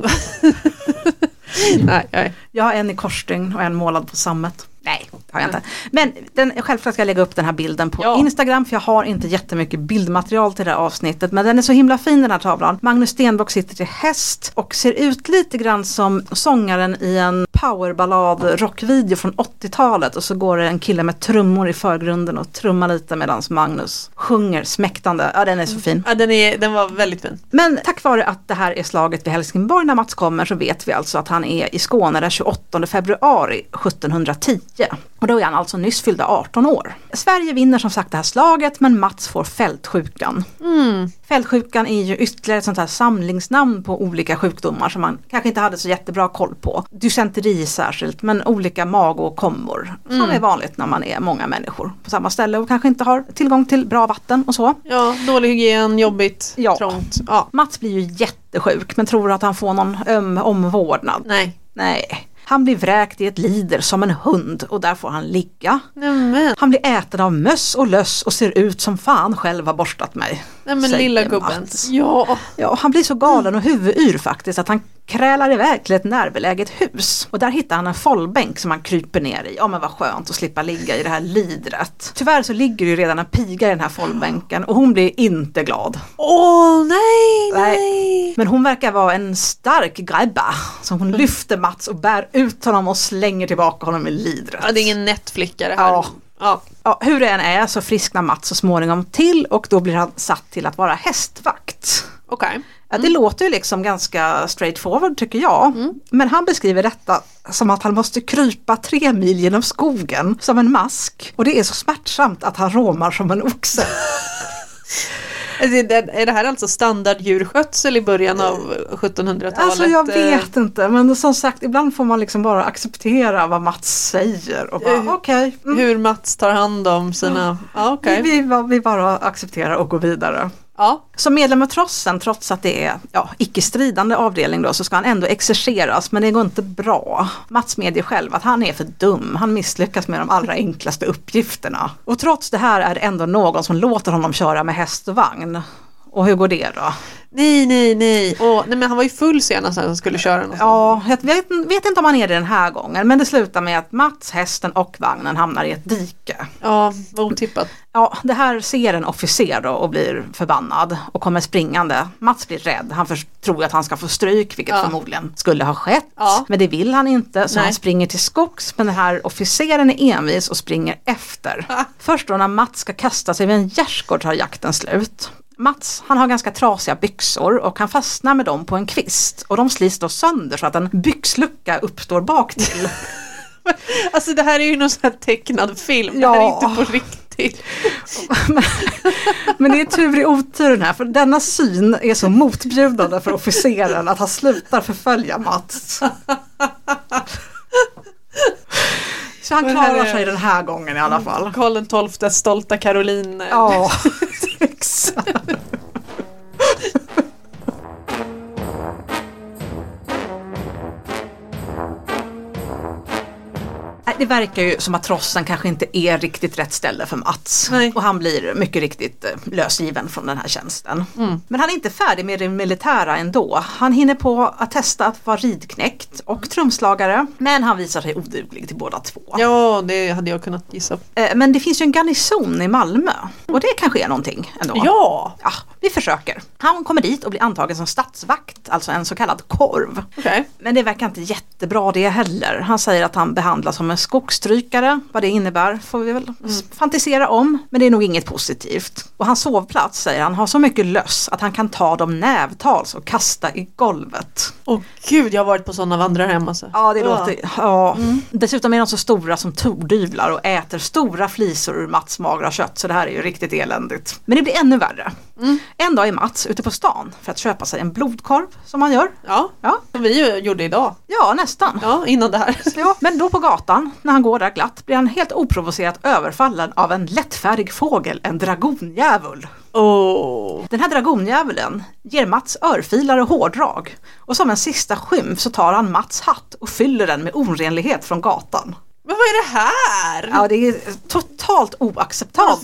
nej, nej. Jag har en i korsstygn och en målad på sammet. Nej, det har jag inte. Men den, självklart ska jag lägga upp den här bilden på ja. Instagram, för jag har inte jättemycket bildmaterial till det här avsnittet. Men den är så himla fin, den här tavlan. Magnus Stenbock sitter till häst och ser ut lite grann som sångaren i en powerballad rockvideo från åttiotalet. Och så går det en kille med trummor i förgrunden och trummar lite medan Magnus sjunger smäktande. Ja, den är så fin. Ja, den, är, den var väldigt fin. Men tack vare att det här är slaget vid Helsingborg när Mats kommer, så vet vi alltså att han är i Skåne den tjugoåttonde februari sjuttonhundratio. Och då är han alltså nyss fyllda arton år. Sverige vinner som sagt det här slaget, men Mats får fältsjukan. Mm. Fältsjukan är ju ytterligare ett sånt här samlingsnamn på olika sjukdomar som man kanske inte hade så jättebra koll på. Dysenteri särskilt, men olika magåkommor som mm. är vanligt när man är många människor på samma ställe och kanske inte har tillgång till bra vatten och så. Ja, dålig hygien, jobbigt, ja. trångt. Ja. Mats blir ju jättesjuk, men tror att han får någon öm omvårdnad. Nej. Nej. Han blir vräkt i ett lider som en hund och där får han ligga. Nämen. Han blir äten av möss och löss och ser ut som fan själv har borstat mig. Nej men lilla gubben. Ja. Ja, han blir så galen och huvudyr faktiskt att han krälar iväg till ett närbeläget hus. Och där hittar han en follbänk som han kryper ner i. Ja men vad skönt att slippa ligga i det här lidret. Tyvärr så ligger ju redan en piga i den här follbänken och hon blir inte glad. Åh oh, nej, nej, nej. Men hon verkar vara en stark grabba. Så hon lyfter Mats och bär ut honom och slänger tillbaka honom i lidret. Ja, det är ingen nättflicka det här. Ja. Ja. Ja, hur det än är så frisknar Mats så småningom till och då blir han satt till att vara hästvakt. Okej. Okay. Ja, det låter ju liksom ganska straightforward tycker jag. Mm. Men han beskriver detta som att han måste krypa tre mil genom skogen som en mask. Och det är så smärtsamt att han råmar som en oxe. Är det här alltså standarddjurskötsel i början av sjuttonhundratalet? Alltså jag vet inte, men som sagt ibland får man liksom bara acceptera vad Mats säger och bara uh, okej. Okay. Mm. Hur Mats tar hand om sina... Ja, okej. Vi, vi, vi bara accepterar och går vidare. Ja. Som medlem av trossen, trots att det är ja, icke-stridande avdelning då, så ska han ändå exerceras, men det går inte bra. Mats medger själv att han är för dum. Han misslyckas med de allra enklaste uppgifterna. Och trots det här är det ändå någon som låter honom köra med häst och vagn. Och hur går det då? Nej, nej, nej. Och, nej men han var ju full senast när han skulle köra någonstans. Ja, jag vet, vet inte om han är det den här gången. Men det slutar med att Mats, hästen och vagnen hamnar i ett dike. Ja, vad otippat. Ja, det här ser en officer då och blir förbannad och kommer springande. Mats blir rädd. Han tror att han ska få stryk, vilket ja. förmodligen skulle ha skett. Ja. Men det vill han inte, så Nej. han springer till skogs. Men den här officeren är envis och springer efter. Ja. Först då när Mats ska kasta sig vid en gärdsgård tar jakten slut. Mats, han har ganska trasiga byxor och kan fastna med dem på en kvist. Och de slits då sönder så att en byxlucka uppstår bak till. Alltså det här är ju någon sån här tecknad film. Ja. Det här är inte på riktigt. men, men det är tur i oturen här. För denna syn är så motbjudande för officeren att han slutar förfölja Mats. Så han klarar sig den här gången i alla fall. Karl den tolfte, stolta Caroline. Ja, exakt. Det verkar ju som att trossen kanske inte är riktigt rätt ställe för Mats. Nej. Och han blir mycket riktigt lösgiven från den här tjänsten. Mm. Men han är inte färdig med det militära ändå. Han hinner på att testa att vara ridknäckt och trumslagare. Men han visar sig oduglig till båda två. Ja, det hade jag kunnat gissa. Men det finns ju en garnison i Malmö. Och det kanske är någonting ändå. Ja! Ja, vi försöker. Han kommer dit och blir antagen som statsvakt. Alltså en så kallad korv. Okay. Men det verkar inte jättebra det heller. Han säger att han behandlas som en skogsstrykare. Vad det innebär får vi väl mm. fantisera om. Men det är nog inget positivt. Och hans sovplats, säger han, har så mycket löss att han kan ta dem nävtals och kasta i golvet. Åh gud, jag har varit på sådana vandrarhem alltså. Ja, det ja. låter... Ja. Mm. Dessutom är de så stora som tordyvlar och äter stora flisor ur Mats magra kött. Så det här är ju riktigt eländigt. Men det blir ännu värre. Mm. En dag är Mats ute på stan för att köpa sig en blodkorv som han gör. Ja, ja. Som vi gjorde idag. Ja, nästan. Ja, innan det här. Ja, men då på gatan, när han går där glatt, blir han helt oprovocerat överfallen av en lättfärdig fågel, en dragonjävul. Oh. Den här dragonjävulen ger Mats örfilar och hårdrag. Och som en sista skymf så tar han Mats hatt och fyller den med orenlighet från gatan. Men vad är det här? Ja, det är totalt oacceptabelt.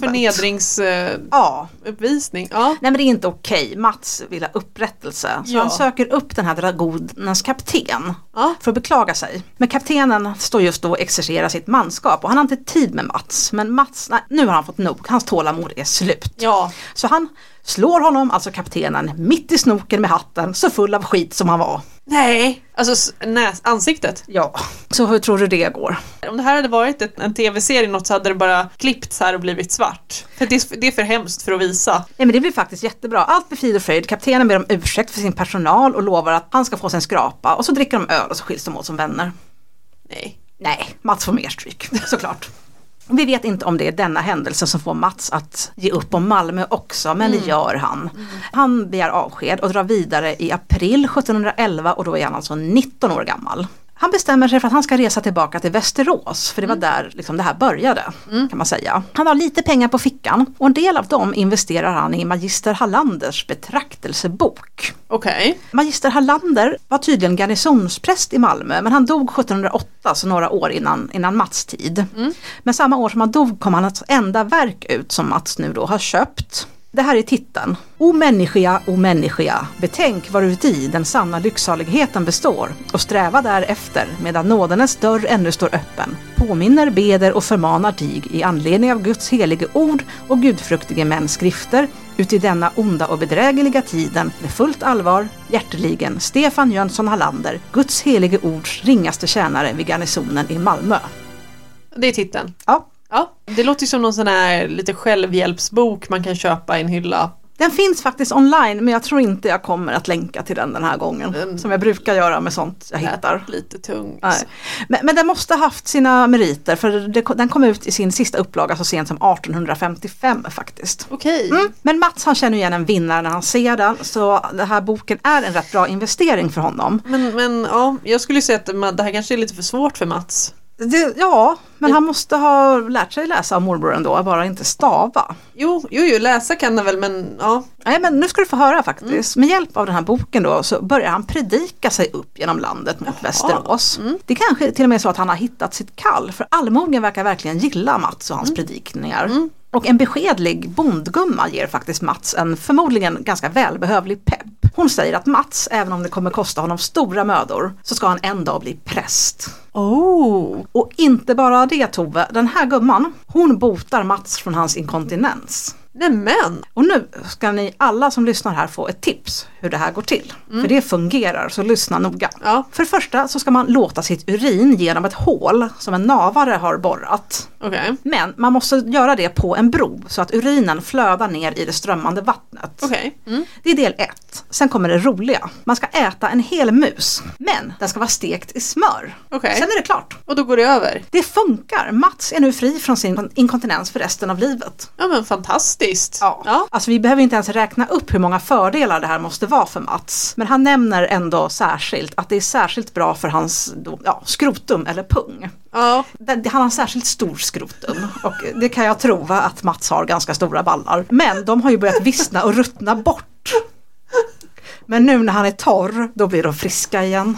Förnedringsuppvisning. Uh, ja. ja. Nej, men det är inte okej. Mats vill ha upprättelse. Så ja. han söker upp den här dragonens kapten ja. för att beklaga sig. Men kaptenen står just då och exercerar sitt manskap. Och han har inte tid med Mats. Men Mats, nej, nu har han fått nog. Hans tålamod är slut. Ja. Så han slår honom, alltså kaptenen, mitt i snoken med hatten, så full av skit som han var. Nej, alltså näs, ansiktet. Ja, så hur tror du det går? Om det här hade varit ett, en tv-serie något så hade det bara klippts här och blivit svart. För det, är, det är för hemskt för att visa. Nej, men det blir faktiskt jättebra. Allt blir frid och fröjd. Kaptenen ber om ursäkt för sin personal och lovar att han ska få sig en skrapa. Och så dricker de öl och så skiljs de åt som vänner. Nej. Nej, Mats får mer stryk, såklart. Vi vet inte om det är denna händelse som får Mats att ge upp om Malmö också, men mm. det gör han. Mm. Han begär avsked och drar vidare i april sjuttonhundraelva och då är han alltså nitton år gammal. Han bestämmer sig för att han ska resa tillbaka till Västerås, för det var mm. där liksom det här började, mm. kan man säga. Han har lite pengar på fickan och en del av dem investerar han i Magister Hallanders betraktelsebok. Okej. Okay. Magister Hallander var tydligen garnisonspräst i Malmö, men han dog sjuttonhundraåtta, så några år innan, innan Mats tid. Mm. Men samma år som han dog kom hans enda verk ut som Mats nu då har köpt. Det här är titeln. O människa, o människa, betänk varuti den sanna lycksaligheten består och sträva därefter medan nådenes dörr ännu står öppen. Påminner, beder och förmanar dig i anledning av Guds helige ord och gudfruktige mäns skrifter ut i denna onda och bedrägliga tiden med fullt allvar, hjärteligen Stefan Jönsson Hallander, Guds helige ords ringaste tjänare vid garnisonen i Malmö. Det är titeln. Ja. Ja, det låter ju som någon sån här lite självhjälpsbok man kan köpa i en hylla. Den finns faktiskt online, men jag tror inte jag kommer att länka till den den här gången. Mm. Som jag brukar göra med sånt jag hittar. Lite tung. Nej. Men, men den måste ha haft sina meriter, för det, den kom ut i sin sista upplaga så sent som arton femtiofem faktiskt. Okej. Mm. Men Mats, han känner igen en vinnare när han ser den, så den här boken är en rätt bra investering för honom. Men, men ja, jag skulle säga att det här kanske är lite för svårt för Mats. Det, ja, men han måste ha lärt sig läsa av morbror ändå, bara inte stava. Jo, jo, jo, läsa kan han väl, men ja. Nej, men nu ska du få höra faktiskt. Mm. Med hjälp av den här boken då så börjar han predika sig upp genom landet mot Jaha. Västerås. Mm. Det kanske till och med är så att han har hittat sitt kall, för allmogen verkar verkligen gilla Mats och hans mm. predikningar. Mm. Och en beskedlig bondgumma ger faktiskt Mats en förmodligen ganska välbehövlig pepp. Hon säger att Mats, även om det kommer kosta honom stora mödor, så ska han en dag bli präst. Oh. Och inte bara det, Tove. Den här gumman, hon botar Mats från hans inkontinens. Nämen! Och nu ska ni alla som lyssnar här få ett tips hur det här går till. Mm. För det fungerar, så lyssna noga. Ja. För det första så ska man låta sitt urin genom ett hål som en navare har borrat. Okay. Men man måste göra det på en bro så att urinen flödar ner i det strömmande vattnet. Okay. Mm. Det är del ett. Sen kommer det roliga. Man ska äta en hel mus, men den ska vara stekt i smör. Okay. Sen är det klart. Och då går det över? Det funkar. Mats är nu fri från sin inkontinens för resten av livet. Ja, men fantastiskt. Ja. Ja. Alltså vi behöver inte ens räkna upp hur många fördelar det här måste vara för Mats. Men han nämner ändå särskilt att det är särskilt bra för hans ja, skrotum eller pung. Ja. Han har särskilt stor skrotum och det kan jag tro att Mats har ganska stora ballar. Men de har ju börjat vissna och ruttna bort. Men nu när han är torr, då blir de friska igen.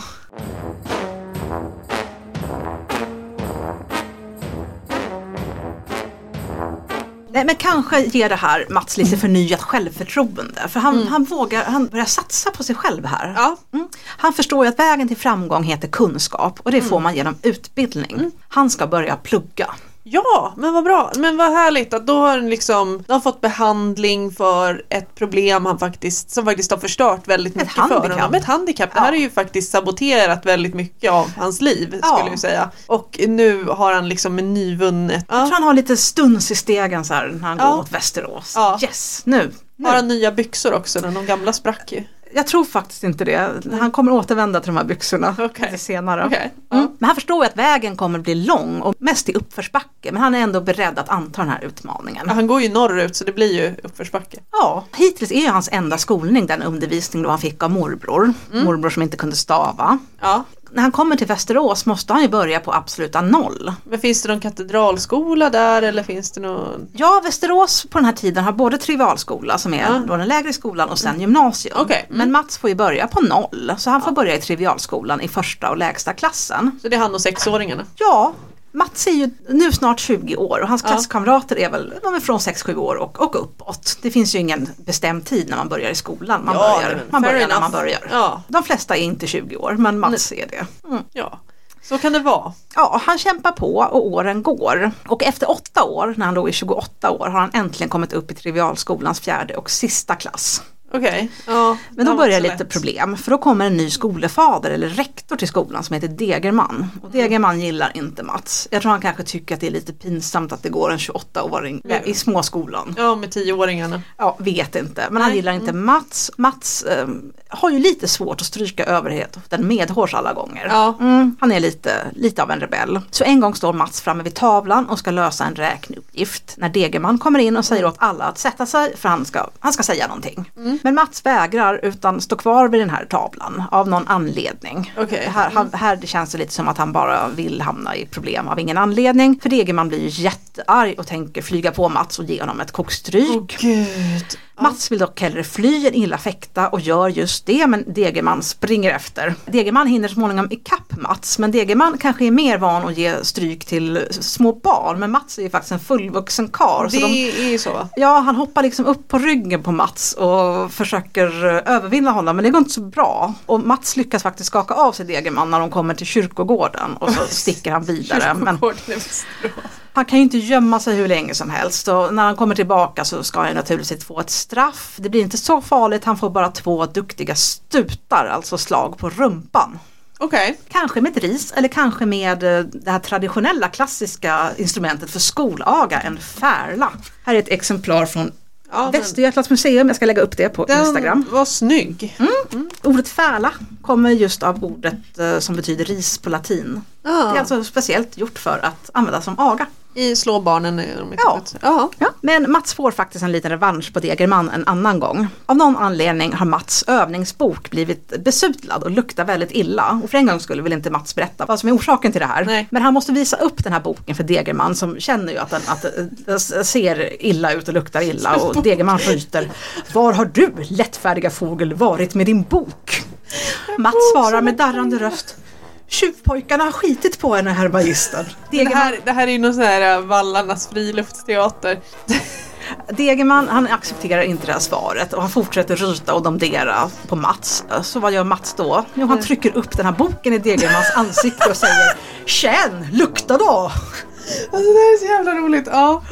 Nej, men kanske ger det här Mats lite förnyat självförtroende. För han, mm. han vågar, han börjar satsa på sig själv här. Ja. Mm. Han förstår ju att vägen till framgång heter kunskap. Och det får mm. man genom utbildning. Mm. Han ska börja plugga. Ja, men vad bra. Men vad härligt att då har han liksom, då har fått behandling för ett problem han faktiskt, som faktiskt har förstört väldigt mycket ett för honom. Ett handikapp. Ja. Det här är ju faktiskt saboterat väldigt mycket av hans liv, ja. skulle jag säga. Och nu har han liksom en nyvunnet. Ja. Jag tror han har lite stuns i stegen så här när han ja. går mot Västerås. Ja. Yes, nu. nu. Har han nya byxor också, när de gamla sprack ju. Jag tror faktiskt inte det. Han kommer återvända till de här byxorna okay. lite senare. Okay. Mm. Ja. Men han förstår ju att vägen kommer bli lång och mest i uppförsbacke. Men han är ändå beredd att anta den här utmaningen. Ja, han går ju norrut så det blir ju uppförsbacke. Ja, hittills är ju hans enda skolning den undervisning då han fick av morbror. Mm. Morbror som inte kunde stava. Ja. när han kommer till Västerås måste han ju börja på absoluta noll. Men finns det någon katedralskola där eller finns det någon? Ja, Västerås på den här tiden har både trivialskola som är Ja. då den lägre skolan och sen gymnasium. Okej. Mm. Men Mats får ju börja på noll, så han får börja i trivialskolan i första och lägsta klassen. Så det är han och sexåringarna? Ja, Mats är ju nu snart tjugo år och hans Ja. klasskamrater är väl de är från sex sju år och, och uppåt. Det finns ju ingen bestämd tid när man börjar i skolan. Man Ja, börjar, men man fair börjar när enough. man börjar. Ja. De flesta är inte tjugo år, men Mats är det. Mm. Ja, så kan det vara. Ja, han kämpar på och åren går. Och efter åtta år, när han då är tjugoåtta år, har han äntligen kommit upp i trivialskolans fjärde och sista klass. Okej. Okay. Ja, Men då det börjar var lite lätt. problem, för då kommer en ny skolefader eller rektor till skolan som heter Degerman. Och Degerman gillar inte Mats. Jag tror han kanske tycker att det är lite pinsamt att det går en tjugoåttaåring Mm. i småskolan. Ja, med tioåringarna. Ja, vet inte. Men han Nej. gillar inte Mats. Mats eh, har ju lite svårt att stryka överhet den medhårs alla gånger. Ja. Mm, han är lite, lite av en rebell. Så en gång står Mats framme vid tavlan och ska lösa en räkneuppgift. När Degerman kommer in och säger åt alla att sätta sig för han ska, han ska säga någonting. Mm. Men Mats vägrar utan står kvar vid den här tavlan av någon anledning. Okej. Här, han, här det känns det lite som att han bara vill hamna i problem av ingen anledning. För Degerman blir ju jättearg och tänker flyga på Mats och ge honom ett kokstryk. Åh gud. Mats vill dock hellre fly än illa fäkta och gör just det, men Degerman springer efter. Degerman hinner småningom ikapp Mats, men Degerman kanske är mer van att ge stryk till små barn, men Mats är ju faktiskt en fullvuxen karl. Det Så de, är ju så. ja, han hoppar liksom upp på ryggen på Mats och försöker övervinna honom, men det går inte så bra. Och Mats lyckas faktiskt skaka av sig Degerman när de kommer till kyrkogården och så sticker han vidare. Men Kyrkogården i Västerås. han kan ju inte gömma sig hur länge som helst och när han kommer tillbaka så ska han naturligtvis få ett straff. Det blir inte så farligt, han får bara två duktiga stutar, alltså slag på rumpan. Okej. Okay. Kanske med ett ris eller kanske med det här traditionella klassiska instrumentet för skolaga, en färla. Här är ett exemplar från Ja, Västergötlands museum, jag ska lägga upp det på den Instagram. var snygg. Mm. Mm. Ordet färla kommer just av ordet eh, som betyder ris på latin. Ja. Det är alltså speciellt gjort för att användas som aga. I slå barnen är de Ja. ja. Ja, men Mats får faktiskt en liten revansch på Degerman en annan gång. Av någon anledning har Mats övningsbok blivit besutlad och luktar väldigt illa. Och för en gång skulle väl inte Mats berätta vad som är orsaken till det här. Nej. Men han måste visa upp den här boken för Degerman som känner ju att den, att den ser illa ut och luktar illa. Och Degerman ryter: var har du, lättfärdiga fågel, varit med din bok? Mats svarar med darrande röst: tjuvpojkarna har skitit på henne, herr magister. Det här, det här är ju någon sån här uh, Vallarnas friluftsteater. Degerman, han accepterar inte det här svaret och han fortsätter ryta och domdera på Mats. Så vad gör Mats då? Jo, han trycker upp den här boken i Degermans ansikte och säger: känn, lukta då! Alltså det här är så jävla roligt, ja.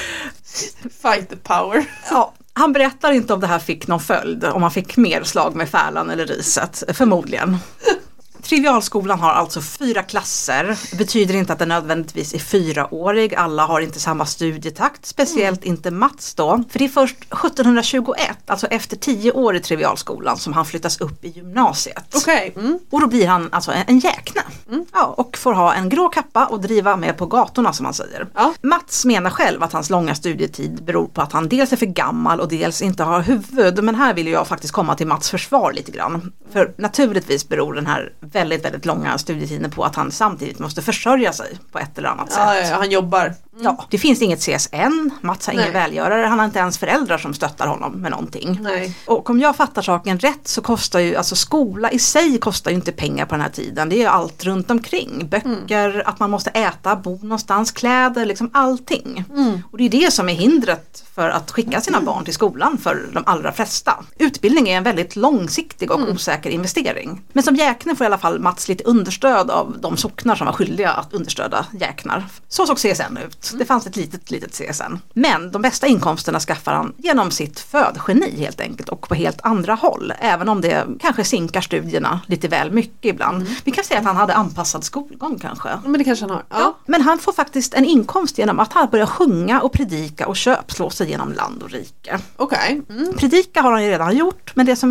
Fight the power. Ja, han berättar inte om det här fick någon följd, om han fick mer slag med färlan eller riset, förmodligen. Trivialskolan har alltså fyra klasser. Det betyder inte att den nödvändigtvis är fyraårig. Alla har inte samma studietakt. Speciellt mm. inte Mats då. För det är först sjuttonhundratjugoett, alltså efter tio år i trivialskolan, som han flyttas upp i gymnasiet. Okej. Okay. Mm. Och då blir han alltså en, en jäkne. Mm. Ja, och får ha en grå kappa och driva med på gatorna, som man säger. Ja. Mats menar själv att hans långa studietid beror på att han dels är för gammal och dels inte har huvud. Men här vill jag faktiskt komma till Mats försvar lite grann. För naturligtvis beror den här väldigt, väldigt långa studietiden på att han samtidigt måste försörja sig på ett eller annat ja, sätt. Ja, han jobbar. Mm. Ja, det finns inget C S N, Mats har ingen Nej. välgörare, han har inte ens föräldrar som stöttar honom med någonting. Nej. Och om jag fattar saken rätt så kostar ju, alltså skola i sig kostar ju inte pengar på den här tiden. Det är ju allt runt omkring. Böcker, mm. att man måste äta, bo någonstans, kläder, liksom allting. Mm. Och det är det som är hindret för att skicka sina barn till skolan för de allra flesta. Utbildning är en väldigt långsiktig och mm. osäker investering. Men som jäkne får i alla fall Mats lite understöd av de socknar som var skyldiga att understöda jäknar. Så såg C S N ut. Mm. Det fanns ett litet, litet C S N. Men de bästa inkomsterna skaffar han genom sitt födgeni helt enkelt och på helt andra håll. Även om det kanske sinkar studierna lite väl mycket ibland. Mm. Vi kan säga att han hade anpassad skolgång kanske. Men det kanske han har. Ja. Ja. Men han får faktiskt en inkomst genom att han börjar sjunga och predika och köpslå sig genom land och rike. Okej. Okay. Mm. Predika har han ju redan gjort, men det som är nytt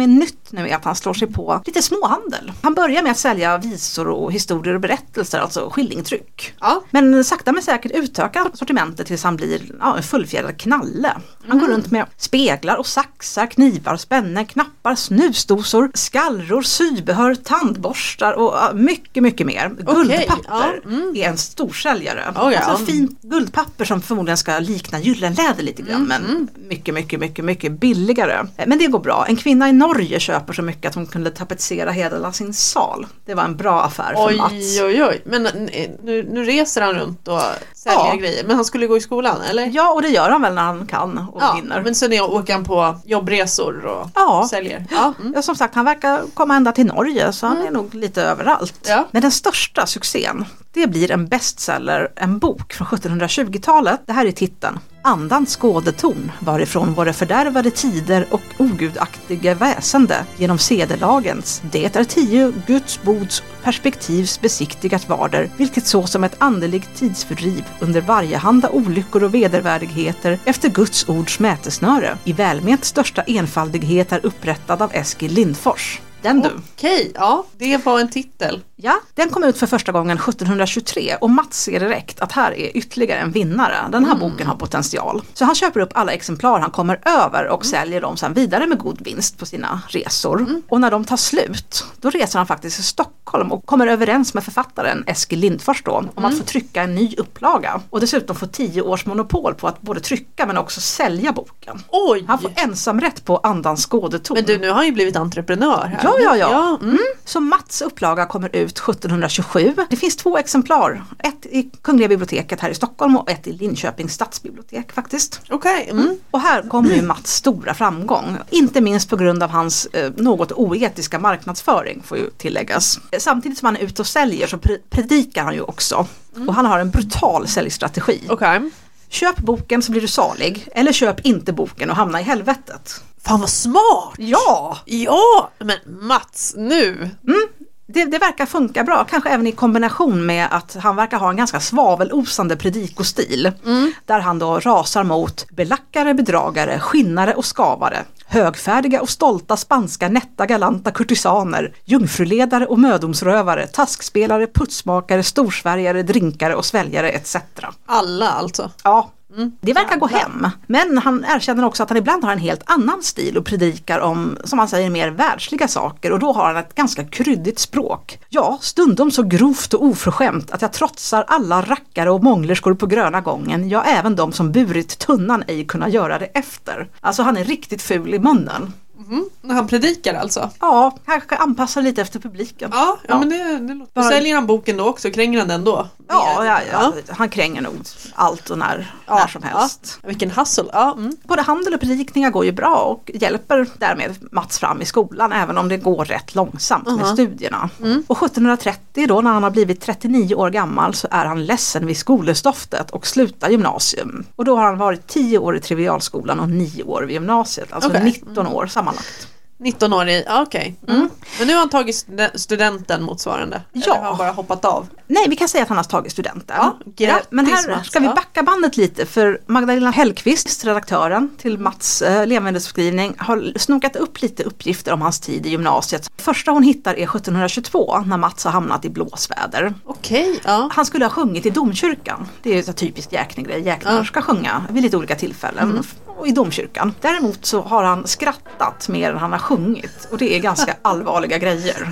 nu är att han slår sig på lite småhandel. Han börjar med att sälja visor och historier och berättelser, alltså skillingtryck. Ja. Men sakta men säkert utökar sortimentet tills han blir ja, en fullfjädrad knalle. Han mm. går runt med speglar och saxar, knivar, spännen, knappar, snusdosor, skallror, sybehör, tandborstar och ja, mycket, mycket mer. Okay. Guldpapper ja. mm. är en storsäljare. Oh, ja. Alltså fint guldpapper som förmodligen ska likna gyllenläder lite grann, mm. men mycket, mycket, mycket, mycket billigare. Men det går bra. En kvinna i Norge köper så mycket att hon kunde tapetsera hela sin sal. Det var en bra affär för oj, Mats. Oj, oj, men nu, nu reser han runt och säljer ja. grejer. Men han skulle gå i skolan, eller? Ja, och det gör han väl när han kan och ja, hinner. Men sen åker han på jobbresor och ja. säljer. Ja. Mm. ja, som sagt, han verkar komma ända till Norge, så han mm. är nog lite överallt. Ja. Men den största succén, det blir en bestseller, en bok från sjuttonhundratjugotalet. Det här är titeln. Andans skådeton, varifrån våra fördärvade tider och ogudaktiga väsende genom sedelagens. Det är tio Guds bods perspektivs besiktigat varder, vilket så som ett andeligt tidsfördriv under varjehanda olyckor och vedervärdigheter efter Guds ords mätesnöre. I välment största enfaldighet är upprättad av Eskil Lindfors. Den du. Okej, ja, det var en titel. Ja, den kom ut för första gången sjuttonhundratjugotre och Mats ser direkt att här är ytterligare en vinnare. Den här mm. boken har potential. Så han köper upp alla exemplar han kommer över och mm. säljer dem sedan vidare med god vinst på sina resor. Mm. Och när de tar slut, då reser han faktiskt till Stockholm och kommer överens med författaren Eskil Lindfors då om mm. att få trycka en ny upplaga. Och dessutom få tio års monopol på att både trycka men också sälja boken. Oj! Han får ensamrätt på Andans skådeton. Men du, nu har han ju blivit entreprenör här. Ja, ja, ja. ja. Mm. Så Mats upplaga kommer ut sjuttonhundratjugosju. Det finns två exemplar. Ett i Kungliga biblioteket här i Stockholm och ett i Linköpings stadsbibliotek faktiskt. Okej. Okay. Mm. Och här kommer ju Mats stora framgång. Inte minst på grund av hans eh, något oetiska marknadsföring, får ju tilläggas. Samtidigt som han är ute och säljer så predikar han ju också. Mm. Och han har en brutal säljstrategi. Okej. Okay. Köp boken så blir du salig. Eller köp inte boken och hamna i helvetet. Fan vad smart! Ja! Ja! Men Mats, nu! Mm. Det, det verkar funka bra, kanske även i kombination med att han verkar ha en ganska svavelosande predikostil. Mm. Där han då rasar mot belackare, bedragare, skinnare och skavare. Högfärdiga och stolta spanska nätta galanta kurtisaner, jungfruledare och mödomsrövare, taskspelare, putsmakare, storsvärjare, drinkare och sväljare et cetera. Alla alltså? Ja. Mm. Det verkar gå hem, men han erkänner också att han ibland har en helt annan stil och predikar om, som han säger, mer världsliga saker, och då har han ett ganska kryddigt språk. Ja, stundom så grovt och oförskämt att jag trotsar alla rackare och månglerskor på gröna gången, ja även de som burit tunnan ej kunna göra det efter. Alltså han är riktigt ful i munnen. Mm. Han predikar alltså? Ja, kanske anpassar lite efter publiken. Ja, ja, ja. men det, det låter... Bara... Säljer han boken då också? Kränger han den då? Ja, ja, ja, ja. Han kränger nog allt och när, ja, när som helst. Ja. Vilken hustle. Ja. Mm. Både handel och predikningar går ju bra och hjälper därmed Mats fram i skolan, även om det går rätt långsamt uh-huh. med studierna. Mm. Och sjuttonhundratrettio då, när han har blivit trettionio år gammal, så är han ledsen vid skolestoftet och slutar gymnasium. Och då har han varit tio år i trivialskolan och nio år vid gymnasiet, alltså okay. nitton år sammanlagt. nitton år i, ja, okej. Okay. Mm. Mm. Men nu har han tagit studenten motsvarande. Ja. Eller har han bara hoppat av? Nej, vi kan säga att han har tagit studenten. Ja, grattis, men här ska vi backa bandet lite, för Magdalena Hellqvist, redaktören till Mats eh, levnadsbeskrivning, har snokat upp lite uppgifter om hans tid i gymnasiet. Första hon hittar är sjuttonhundratjugotvå, när Mats har hamnat i blåsväder. Okej, okay, ja. Han skulle ha sjungit i domkyrkan. Det är ju en typisk jäkninggrej. Jäknar ja. ska sjunga vid lite olika tillfällen. Mm. Och i domkyrkan. Däremot så har han skrattat mer än han har sjungit. Och det är ganska allvarliga grejer.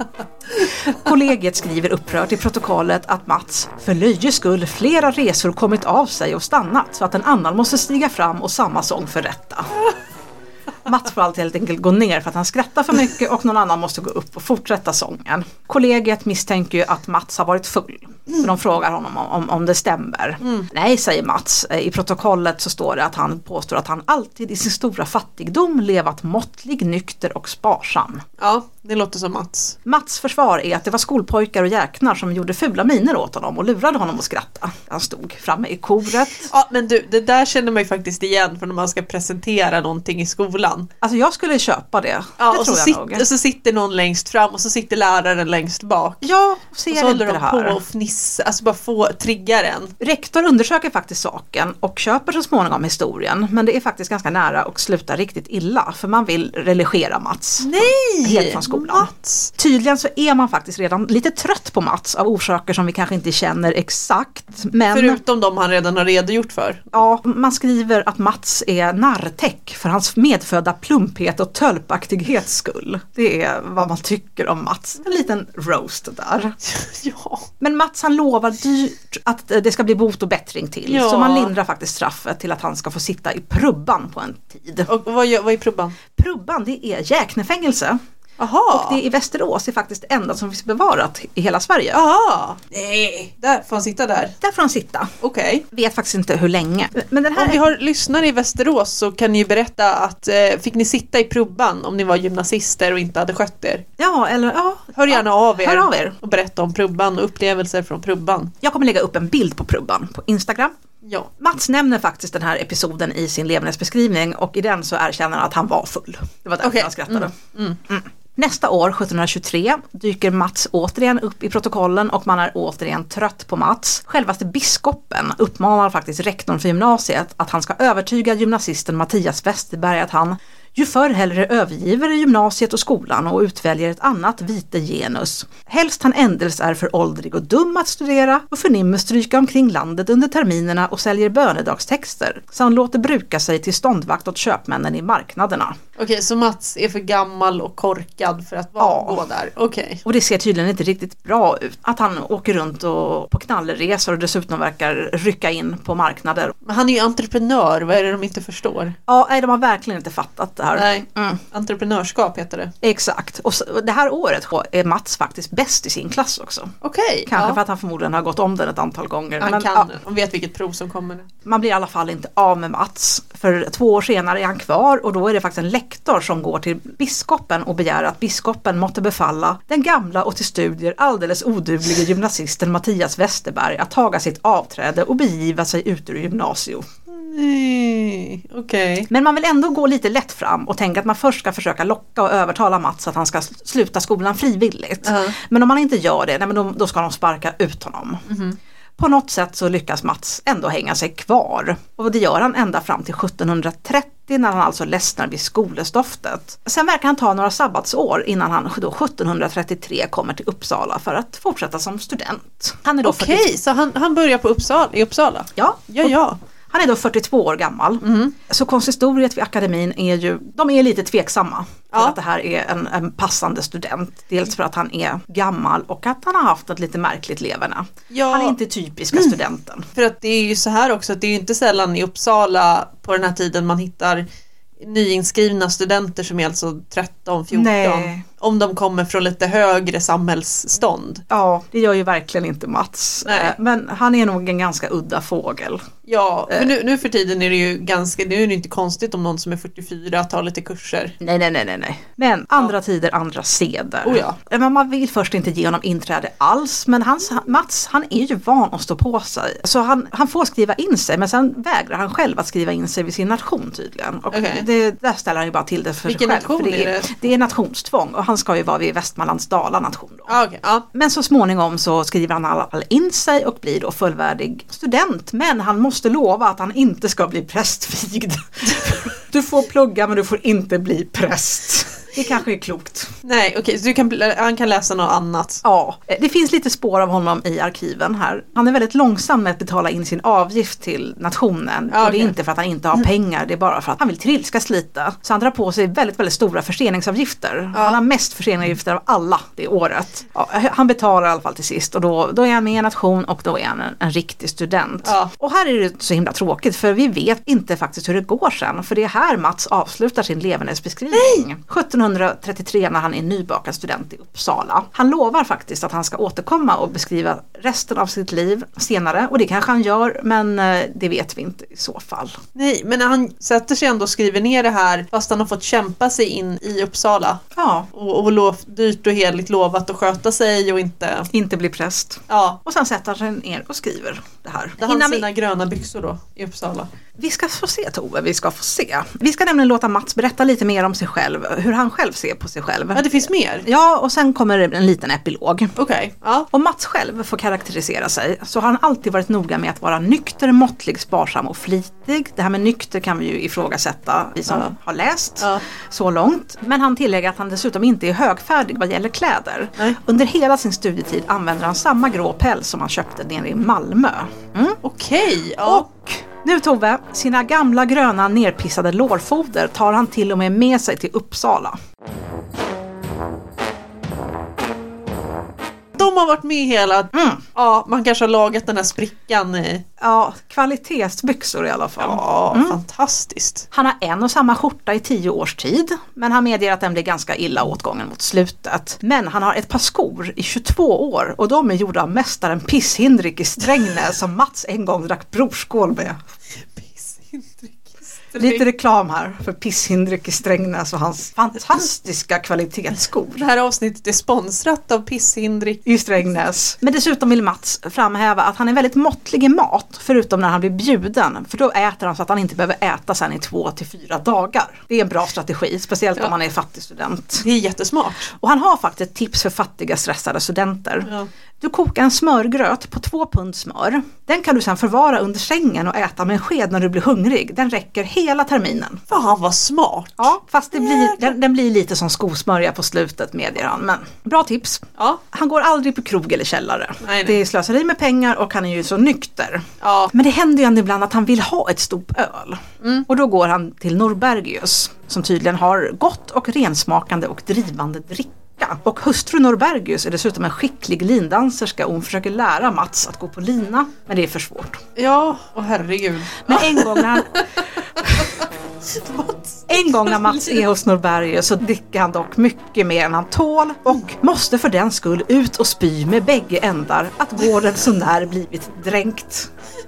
Kollegiet skriver upprört i protokollet att Mats för löjes skull flera resor kommit av sig och stannat, så att en annan måste stiga fram och samma sång förrätta. Mats får alltid helt enkelt gå ner för att han skrattar för mycket och någon annan måste gå upp och fortsätta sången. Kollegiet misstänker ju att Mats har varit full. Mm. Så de frågar honom om, om, om det stämmer. Mm. Nej, säger Mats. I protokollet så står det att han påstår att han alltid i sin stora fattigdom levat måttlig, nykter och sparsam. Ja, det låter som Mats. Mats försvar är att det var skolpojkar och jäknar som gjorde fula miner åt honom och lurade honom att skratta. Han stod framme i koret. Ja, men du, det där känner man ju faktiskt igen för när man ska presentera någonting i skolan. Alltså jag skulle köpa det. Ja, det och tror så, jag sit, nog. och så sitter någon längst fram och så sitter läraren längst bak. Ja, ser och så inte håller det de här. på och fnissa, alltså bara få triggaren. Rektor undersöker faktiskt saken och köper så småningom historien, men det är faktiskt ganska nära och slutar riktigt illa för man vill religera Mats. Nej! Helt från skolan. Mats. Tydligen så är man faktiskt redan lite trött på Mats av orsaker som vi kanske inte känner exakt. Men Förutom de han redan har redogjort för. ja, man skriver att Mats är narrtäck för hans medfödda plumphet och tölpaktighets skull. Det är vad man tycker om Mats. En liten roast där. Ja. Men Mats han lovar dyrt att det ska bli bot och bättring till. Ja. Så man lindrar faktiskt straffet till att han ska få sitta i prubban på en tid. Och vad, gör, vad är prubban? Prubban det är Jäknefängelse. Aha. Och det i Västerås är faktiskt det enda som finns bevarat i hela Sverige. Aha. Nej, där får han sitta där. Där får han sitta. Okej. Okay. Vet faktiskt inte hur länge. Men den här Om vi har lyssnare i Västerås så kan ni ju berätta att eh, fick ni sitta i prubban om ni var gymnasister och inte hade skött er? Ja, eller ja. Hör gärna ja, av er, hör av er och berätta om prubban och upplevelser från prubban. Jag kommer lägga upp en bild på prubban på Instagram. Ja. Mats nämner faktiskt den här episoden i sin levnadsbeskrivning och i den så erkänner han att han var full. Det var därför okay. han skrattade. Mm. Mm. Mm. Nästa år, sjuttonhundratjugotre, dyker Mats återigen upp i protokollen och man är återigen trött på Mats. Självaste biskopen uppmanar faktiskt rektorn för gymnasiet att han ska övertyga gymnasisten Mattias Westerberg att han ju förr hellre övergiver gymnasiet och skolan och utväljer ett annat vite genus. Helst han ändels är för åldrig och dum att studera och förnimmer stryka omkring landet under terminerna och säljer bönedagstexter. Så han låter bruka sig till ståndvakt åt köpmännen i marknaderna. Okej, okay, så Mats är för gammal och korkad för att vara ja. gå där. Okej. Okay. Och det ser tydligen inte riktigt bra ut. Att han åker runt och på knallresor och dessutom verkar rycka in på marknader. Men han är ju entreprenör, vad är det de inte förstår? Ja, nej, de har verkligen inte fattat det här. Nej, mm. entreprenörskap heter det. Exakt. Och så, det här året är Mats faktiskt bäst i sin klass också. Okej. Okay, Kanske ja. för att han förmodligen har gått om den ett antal gånger. Han men, kan, ja. och vet vilket prov som kommer. Man blir i alla fall inte av med Mats. För två år senare är han kvar och då är det faktiskt en lektor som går till biskopen och begär att biskopen måtte befalla den gamla och till studier alldeles odugliga gymnasisten Mattias Westerberg att taga sitt avträde och begiva sig ut ur gymnasium. Nej, okej. Okay. Men man vill ändå gå lite lätt fram och tänka att man först ska försöka locka och övertala Mats att han ska sluta skolan frivilligt. Uh-huh. Men om man inte gör det, nej, men då, då ska de sparka ut honom. Uh-huh. På något sätt så lyckas Mats ändå hänga sig kvar. Och det gör han ända fram till sjuttonhundratrettio när han alltså ledsnar vid skolestoftet. Sen verkar han ta några sabbatsår innan han då sjuttonhundratrettiotre kommer till Uppsala för att fortsätta som student. Han är då Okej, okay, så han, han börjar på Uppsala, i Uppsala? Ja. Ja, ja. Han är då fyrtiotvå år gammal. Mm. Så konsistoriet vid akademin är ju, de är lite tveksamma för ja. att det här är en, en passande student. Dels för att han är gammal och att han har haft ett lite märkligt leverne. Ja. Han är inte typiska mm. studenten. För att det är ju så här också, att det är ju inte sällan i Uppsala på den här tiden man hittar nyinskrivna studenter som är alltså tretton fjorton. Nej. Om de kommer från lite högre samhällsstånd. Ja, det gör ju verkligen inte Mats. Nej. Men han är nog en ganska udda fågel. Ja, men nu, nu för tiden är det ju ganska, det är ju inte konstigt om någon som är fyrtiofyra tar lite kurser. Nej, nej, nej, nej, nej. Men andra ja. tider, andra seder. Oh ja. Men man vill först inte ge honom inträde alls. Men hans, Mats, han är ju van att stå på sig. Så han, han får skriva in sig, men sen vägrar han själv att skriva in sig vid sin nation tydligen. Och okay. det, där ställer han ju bara till det för Vilken sig själv. Vilken nation för det är det? Det är nationstvång och han ska ju vara vid Västmanlands Dalanation då. Ah, okay. ah. Men så småningom så skriver han alla in sig och blir då fullvärdig student. Men han måste lova att han inte ska bli prästvigd. Du får plugga men du får inte bli präst. Det kanske är klokt. Nej, okej, okay, så du kan, han kan läsa något annat. Ja, det finns lite spår av honom i arkiven här. Han är väldigt långsam med att betala in sin avgift till nationen. Ja, och det är okay. inte för att han inte har pengar, det är bara för att han vill trilskas lite. Så han drar på sig väldigt, väldigt stora förseningsavgifter. Ja. Han har mest förseningsavgifter av alla det året. Ja, han betalar i alla fall till sist och då, då är han med i en nation och då är han en, en riktig student. Ja. Och här är det så himla tråkigt för vi vet inte faktiskt hur det går sen. För det är här Mats avslutar sin levnadsbeskrivning. sjutton nittonhundratrettiotre när han är nybakad student i Uppsala. Han lovar faktiskt att han ska återkomma och beskriva resten av sitt liv senare. Och det kanske han gör, men det vet vi inte i så fall. Nej, men han sätter sig ändå och skriver ner det här fast han har fått kämpa sig in i Uppsala. Ja. Och, och lov, dyrt och heligt lovat att sköta sig och inte... Inte bli präst. Ja. Och sen sätter han sig ner och skriver det här. Det har Innan sina vi... gröna byxor då i Uppsala. Vi ska få se, Tove, vi ska få se. Vi ska nämligen låta Mats berätta lite mer om sig själv, hur han själv ser på sig själv. Ja, det finns mer? Ja, och sen kommer det en liten epilog. Okej, okay. Ja. Om Mats själv får karaktärisera sig så har han alltid varit noga med att vara nykter, måttlig, sparsam och flitig. Det här med nykter kan vi ju ifrågasätta, vi som Ja. har läst Ja. så långt. Men han tillägger att han dessutom inte är högfärdig vad gäller kläder. Nej. Under hela sin studietid använder han samma grå päls som han köpte nere i Malmö. Mm. Okej, ja. Och nu Tove, sina gamla gröna nerpissade lårfoder tar han till och med med sig till Uppsala. De har varit med hela... Mm. Ja, man kanske har lagat den här sprickan i... Ja, kvalitetsbyxor i alla fall. Ja, Mm. fantastiskt. Han har en och samma skjorta i tio års tid, men han medger att den blir ganska illa åtgången mot slutet. Men han har ett par skor i tjugotvå år och de är gjorda av mästaren Piss-Hindrik i Strängnäs som Mats en gång drack brorskål med. Lite reklam här för Piss-Hindrik i Strängnäs och hans fantastiska kvalitetsskor. Det här avsnittet är sponsrat av Piss-Hindrik I Strängnäs. Men dessutom vill Mats framhäva att han är väldigt måttlig i mat, förutom när han blir bjuden. För då äter han så att han inte behöver äta sen i två till fyra dagar. Det är en bra strategi, speciellt Ja. om man är fattig student. Det är jättesmart. Och han har faktiskt ett tips för fattiga stressade studenter. Ja. Du kokar en smörgröt på två pund smör. Den kan du sedan förvara under sängen och äta med en sked när du blir hungrig. Den räcker hela terminen. Fan vad smart. Ja, fast det blir, den, den blir lite som skosmörja på slutet, medger han. Men bra tips. Ja. Han går aldrig på krog eller källare. Nej, nej. Det är slöseri med pengar och han är ju så nykter. Ja. Men det händer ju ändå ibland att han vill ha ett stort öl. Mm. Och då går han till Norbergius, som tydligen har gott och rensmakande och drivande dricka. Och hustru Norbergius är dessutom en skicklig lindanserska och hon försöker lära Mats att gå på lina. Men det är för svårt. Ja, och herregud. Men en gång när han... En gång när Mats är hos Norbergius så dricker han dock mycket mer än han tål och måste för den skull ut och spy med bägge ändar att gården så när blivit dränkt.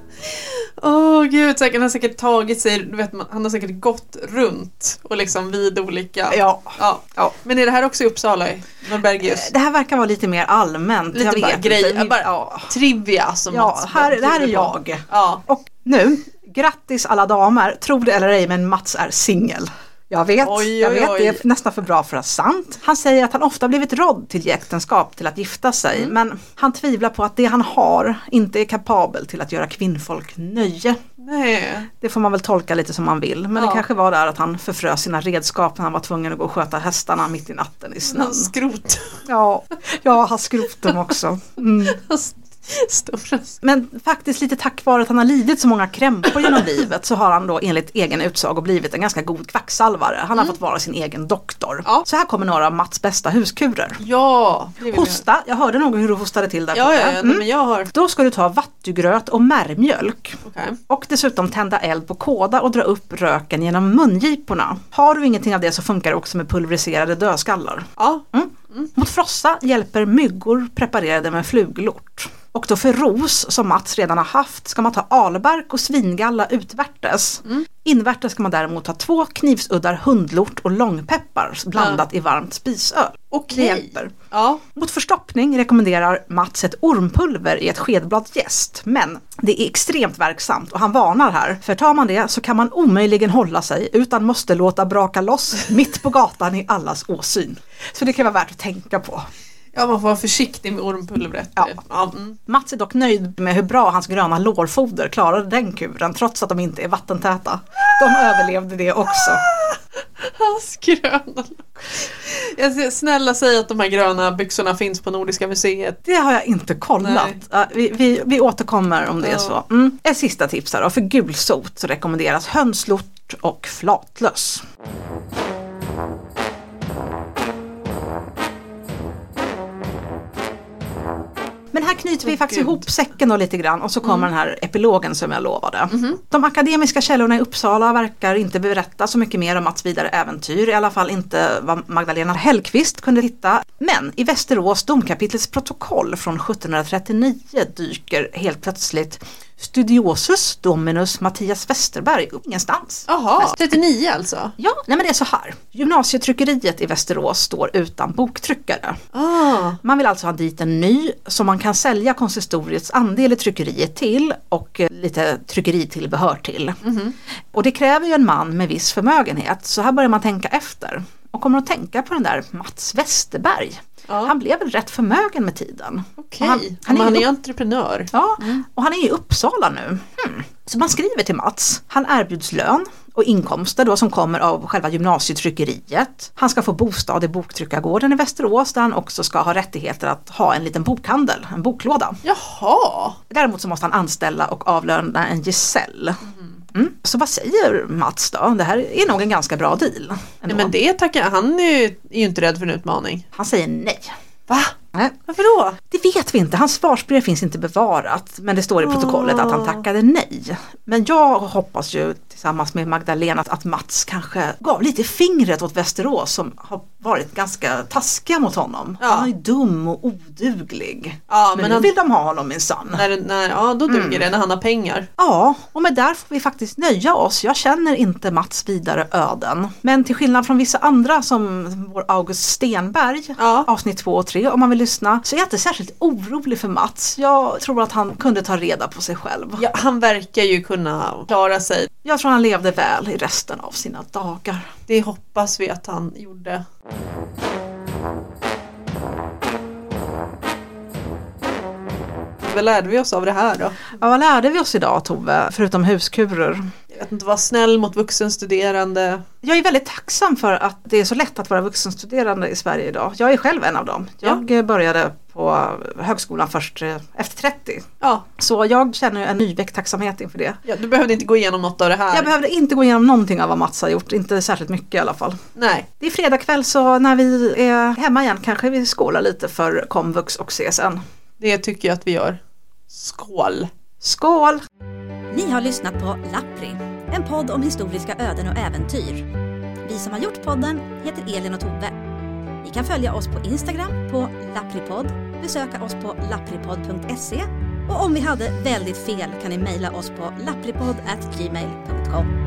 Åh oh, gud, säkert, han har säkert tagit sig, du vet, han har säkert gått runt och liksom vid olika... Ja. Ja. Ja. Men är det här också i Uppsala, i Norbergius? Det här verkar vara lite mer allmänt. Lite jag bara vet grej, inte. bara Ja. trivia som Ja, Mats här, det här är bjuder på. jag. Ja. Och nu, grattis alla damer, tro det eller ej, men Mats är singel. Jag vet, Oj, oj, jag vet oj. det är nästan för bra för att sant. Han säger att han ofta blivit rådd till äktenskap, till att gifta sig. Mm. Men han tvivlar på att det han har inte är kapabel till att göra kvinnfolk nöje. Nej. Det får man väl tolka lite som man vill. Men Ja. det kanske var där att han förfrös sina redskap när han var tvungen att gå och sköta hästarna mitt i natten i snön. Skrot. Ja, ja han skrotum också. Mm. Stora. Men faktiskt lite tack vare att han har lidit så många krämpor genom livet så har han då enligt egen utsago blivit en ganska god kvacksalvare. Han har Mm. fått vara sin egen doktor. Ja. Så här kommer några av Mats bästa huskurer. Ja, det vill jag. Hosta, jag hörde nog hur du hostade till där. Ja, ja, ja, Mm. men jag har... Då ska du ta vattugröt och märmjölk. Okej. Och dessutom tända eld på kåda och dra upp röken genom mungiporna. Har du ingenting av det så funkar det också med pulveriserade dödskallar. Ja. Mm. Mot frossa hjälper myggor preparerade med fluglort. Och då för ros, som Mats redan har haft, ska man ta albark och svingalla utvärtes. Mm. Invärtes ska man däremot ha två knivsuddar hundlort och långpeppar blandat i varmt spisöl. Okej. Det hjälper. Ja. Mot förstoppning rekommenderar Mats ett ormpulver i ett skedblads jäst. Men det är extremt verksamt och han varnar här. För tar man det så kan man omöjligen hålla sig utan måste låta braka loss mitt på gatan i allas åsyn. Så det kan vara värt att tänka på. Ja, man får vara försiktig med ormpulvret. Ja. Ja. Mm. Mats är dock nöjd med hur bra hans gröna lårfoder klarade den kuren trots att de inte är vattentäta. De överlevde det också. Hans gröna. Jag ser, snälla säg att de här gröna byxorna finns på Nordiska museet. Det har jag inte kollat. Nej. Ja, vi, vi, vi återkommer om det Ja. är så. Mm. Ett sista tips här då. För gulsot så rekommenderas hönslort och flatlöss. Men här knyter vi Åh, faktiskt Gud. ihop säcken då lite grann och så kommer Mm. den här epilogen som jag lovade. Mhm. De akademiska källorna i Uppsala verkar inte berätta så mycket mer om Mats vidare äventyr, i alla fall inte vad Magdalena Hellqvist kunde hitta. Men i Västerås domkapitlets protokoll från sjuttonhundratrettionio dyker helt plötsligt Studiosus Dominus Mattias Westerberg upp ingenstans. Jaha, trettionio alltså? Ja, nej men det är så här. Gymnasietryckeriet i Västerås står utan boktryckare. Ah. Man vill alltså ha dit en ny som man kan sälja konsistoriets andel i tryckeriet till och eh, lite tryckeritillbehör till. Mhm. Och det kräver ju en man med viss förmögenhet, så här börjar man tänka efter. Och kommer att tänka på den där Mats Westerberg. Ja. Han blev väl rätt förmögen med tiden. Okej, Och han- han, han är han är ju- ju entreprenör. Ja, och han är i Uppsala nu. Hmm. Så man skriver till Mats. Han erbjuds lön och inkomster då som kommer av själva gymnasietryckeriet. Han ska få bostad i boktryckargården i Västerås där han också ska ha rättigheter att ha en liten bokhandel, en boklåda. Jaha. Däremot så måste han anställa och avlöna en gesäll. Mm. Så vad säger Mats då? Det här är nog en ganska bra deal. Nej, ändå. men det tackar han är ju, är ju inte rädd för en utmaning. Han säger nej. Va? Nej. Varför då? Det vet vi inte, hans svarsbrev finns inte bevarat, men det står i protokollet att han tackade nej. Men jag hoppas ju tillsammans med Magdalena att, att Mats kanske gav lite fingret åt Västerås som har varit ganska taskiga mot honom. Ja. Han är dum och oduglig. Ja, men men nu han, vill de ha honom minsann. när, när, ja, då duger det när han har pengar. Ja, och med där får vi faktiskt nöja oss. Jag känner inte Mats vidare öden. Men till skillnad från vissa andra som vår August Stenberg, Ja. avsnitt två och tre om man vill lyssna, så är jag inte särskilt orolig för Mats. Jag tror att han kunde ta reda på sig själv. Ja, han verkar ju kunna klara sig. Jag tror han levde väl i resten av sina dagar. Det hoppas vi att han gjorde. Vad lärde vi oss av det här då? Ja, vad lärde vi oss idag, Tove, förutom huskurer? Jag vet inte, vara snäll mot vuxenstuderande. Jag är väldigt tacksam för att det är så lätt att vara vuxenstuderande i Sverige idag. Jag är själv en av dem. Jag ja. började på högskolan först efter trettio. Ja. Så jag känner en nyväckt tacksamhet inför det. Ja, du behövde inte gå igenom något av det här. Jag behövde inte gå igenom någonting av vad Mats har gjort. Inte särskilt mycket i alla fall. Nej. Det är fredag kväll, så när vi är hemma igen kanske vi skålar lite för komvux och C S N. Det tycker jag att vi gör. Skål! Skål! Ni har lyssnat på Lappri, en podd om historiska öden och äventyr. Vi som har gjort podden heter Elin och Tove. Ni kan följa oss på Instagram på lappripodd, besöka oss på lappripodd punkt se och om vi hade väldigt fel kan ni mejla oss på lappripodd at gmail punkt com.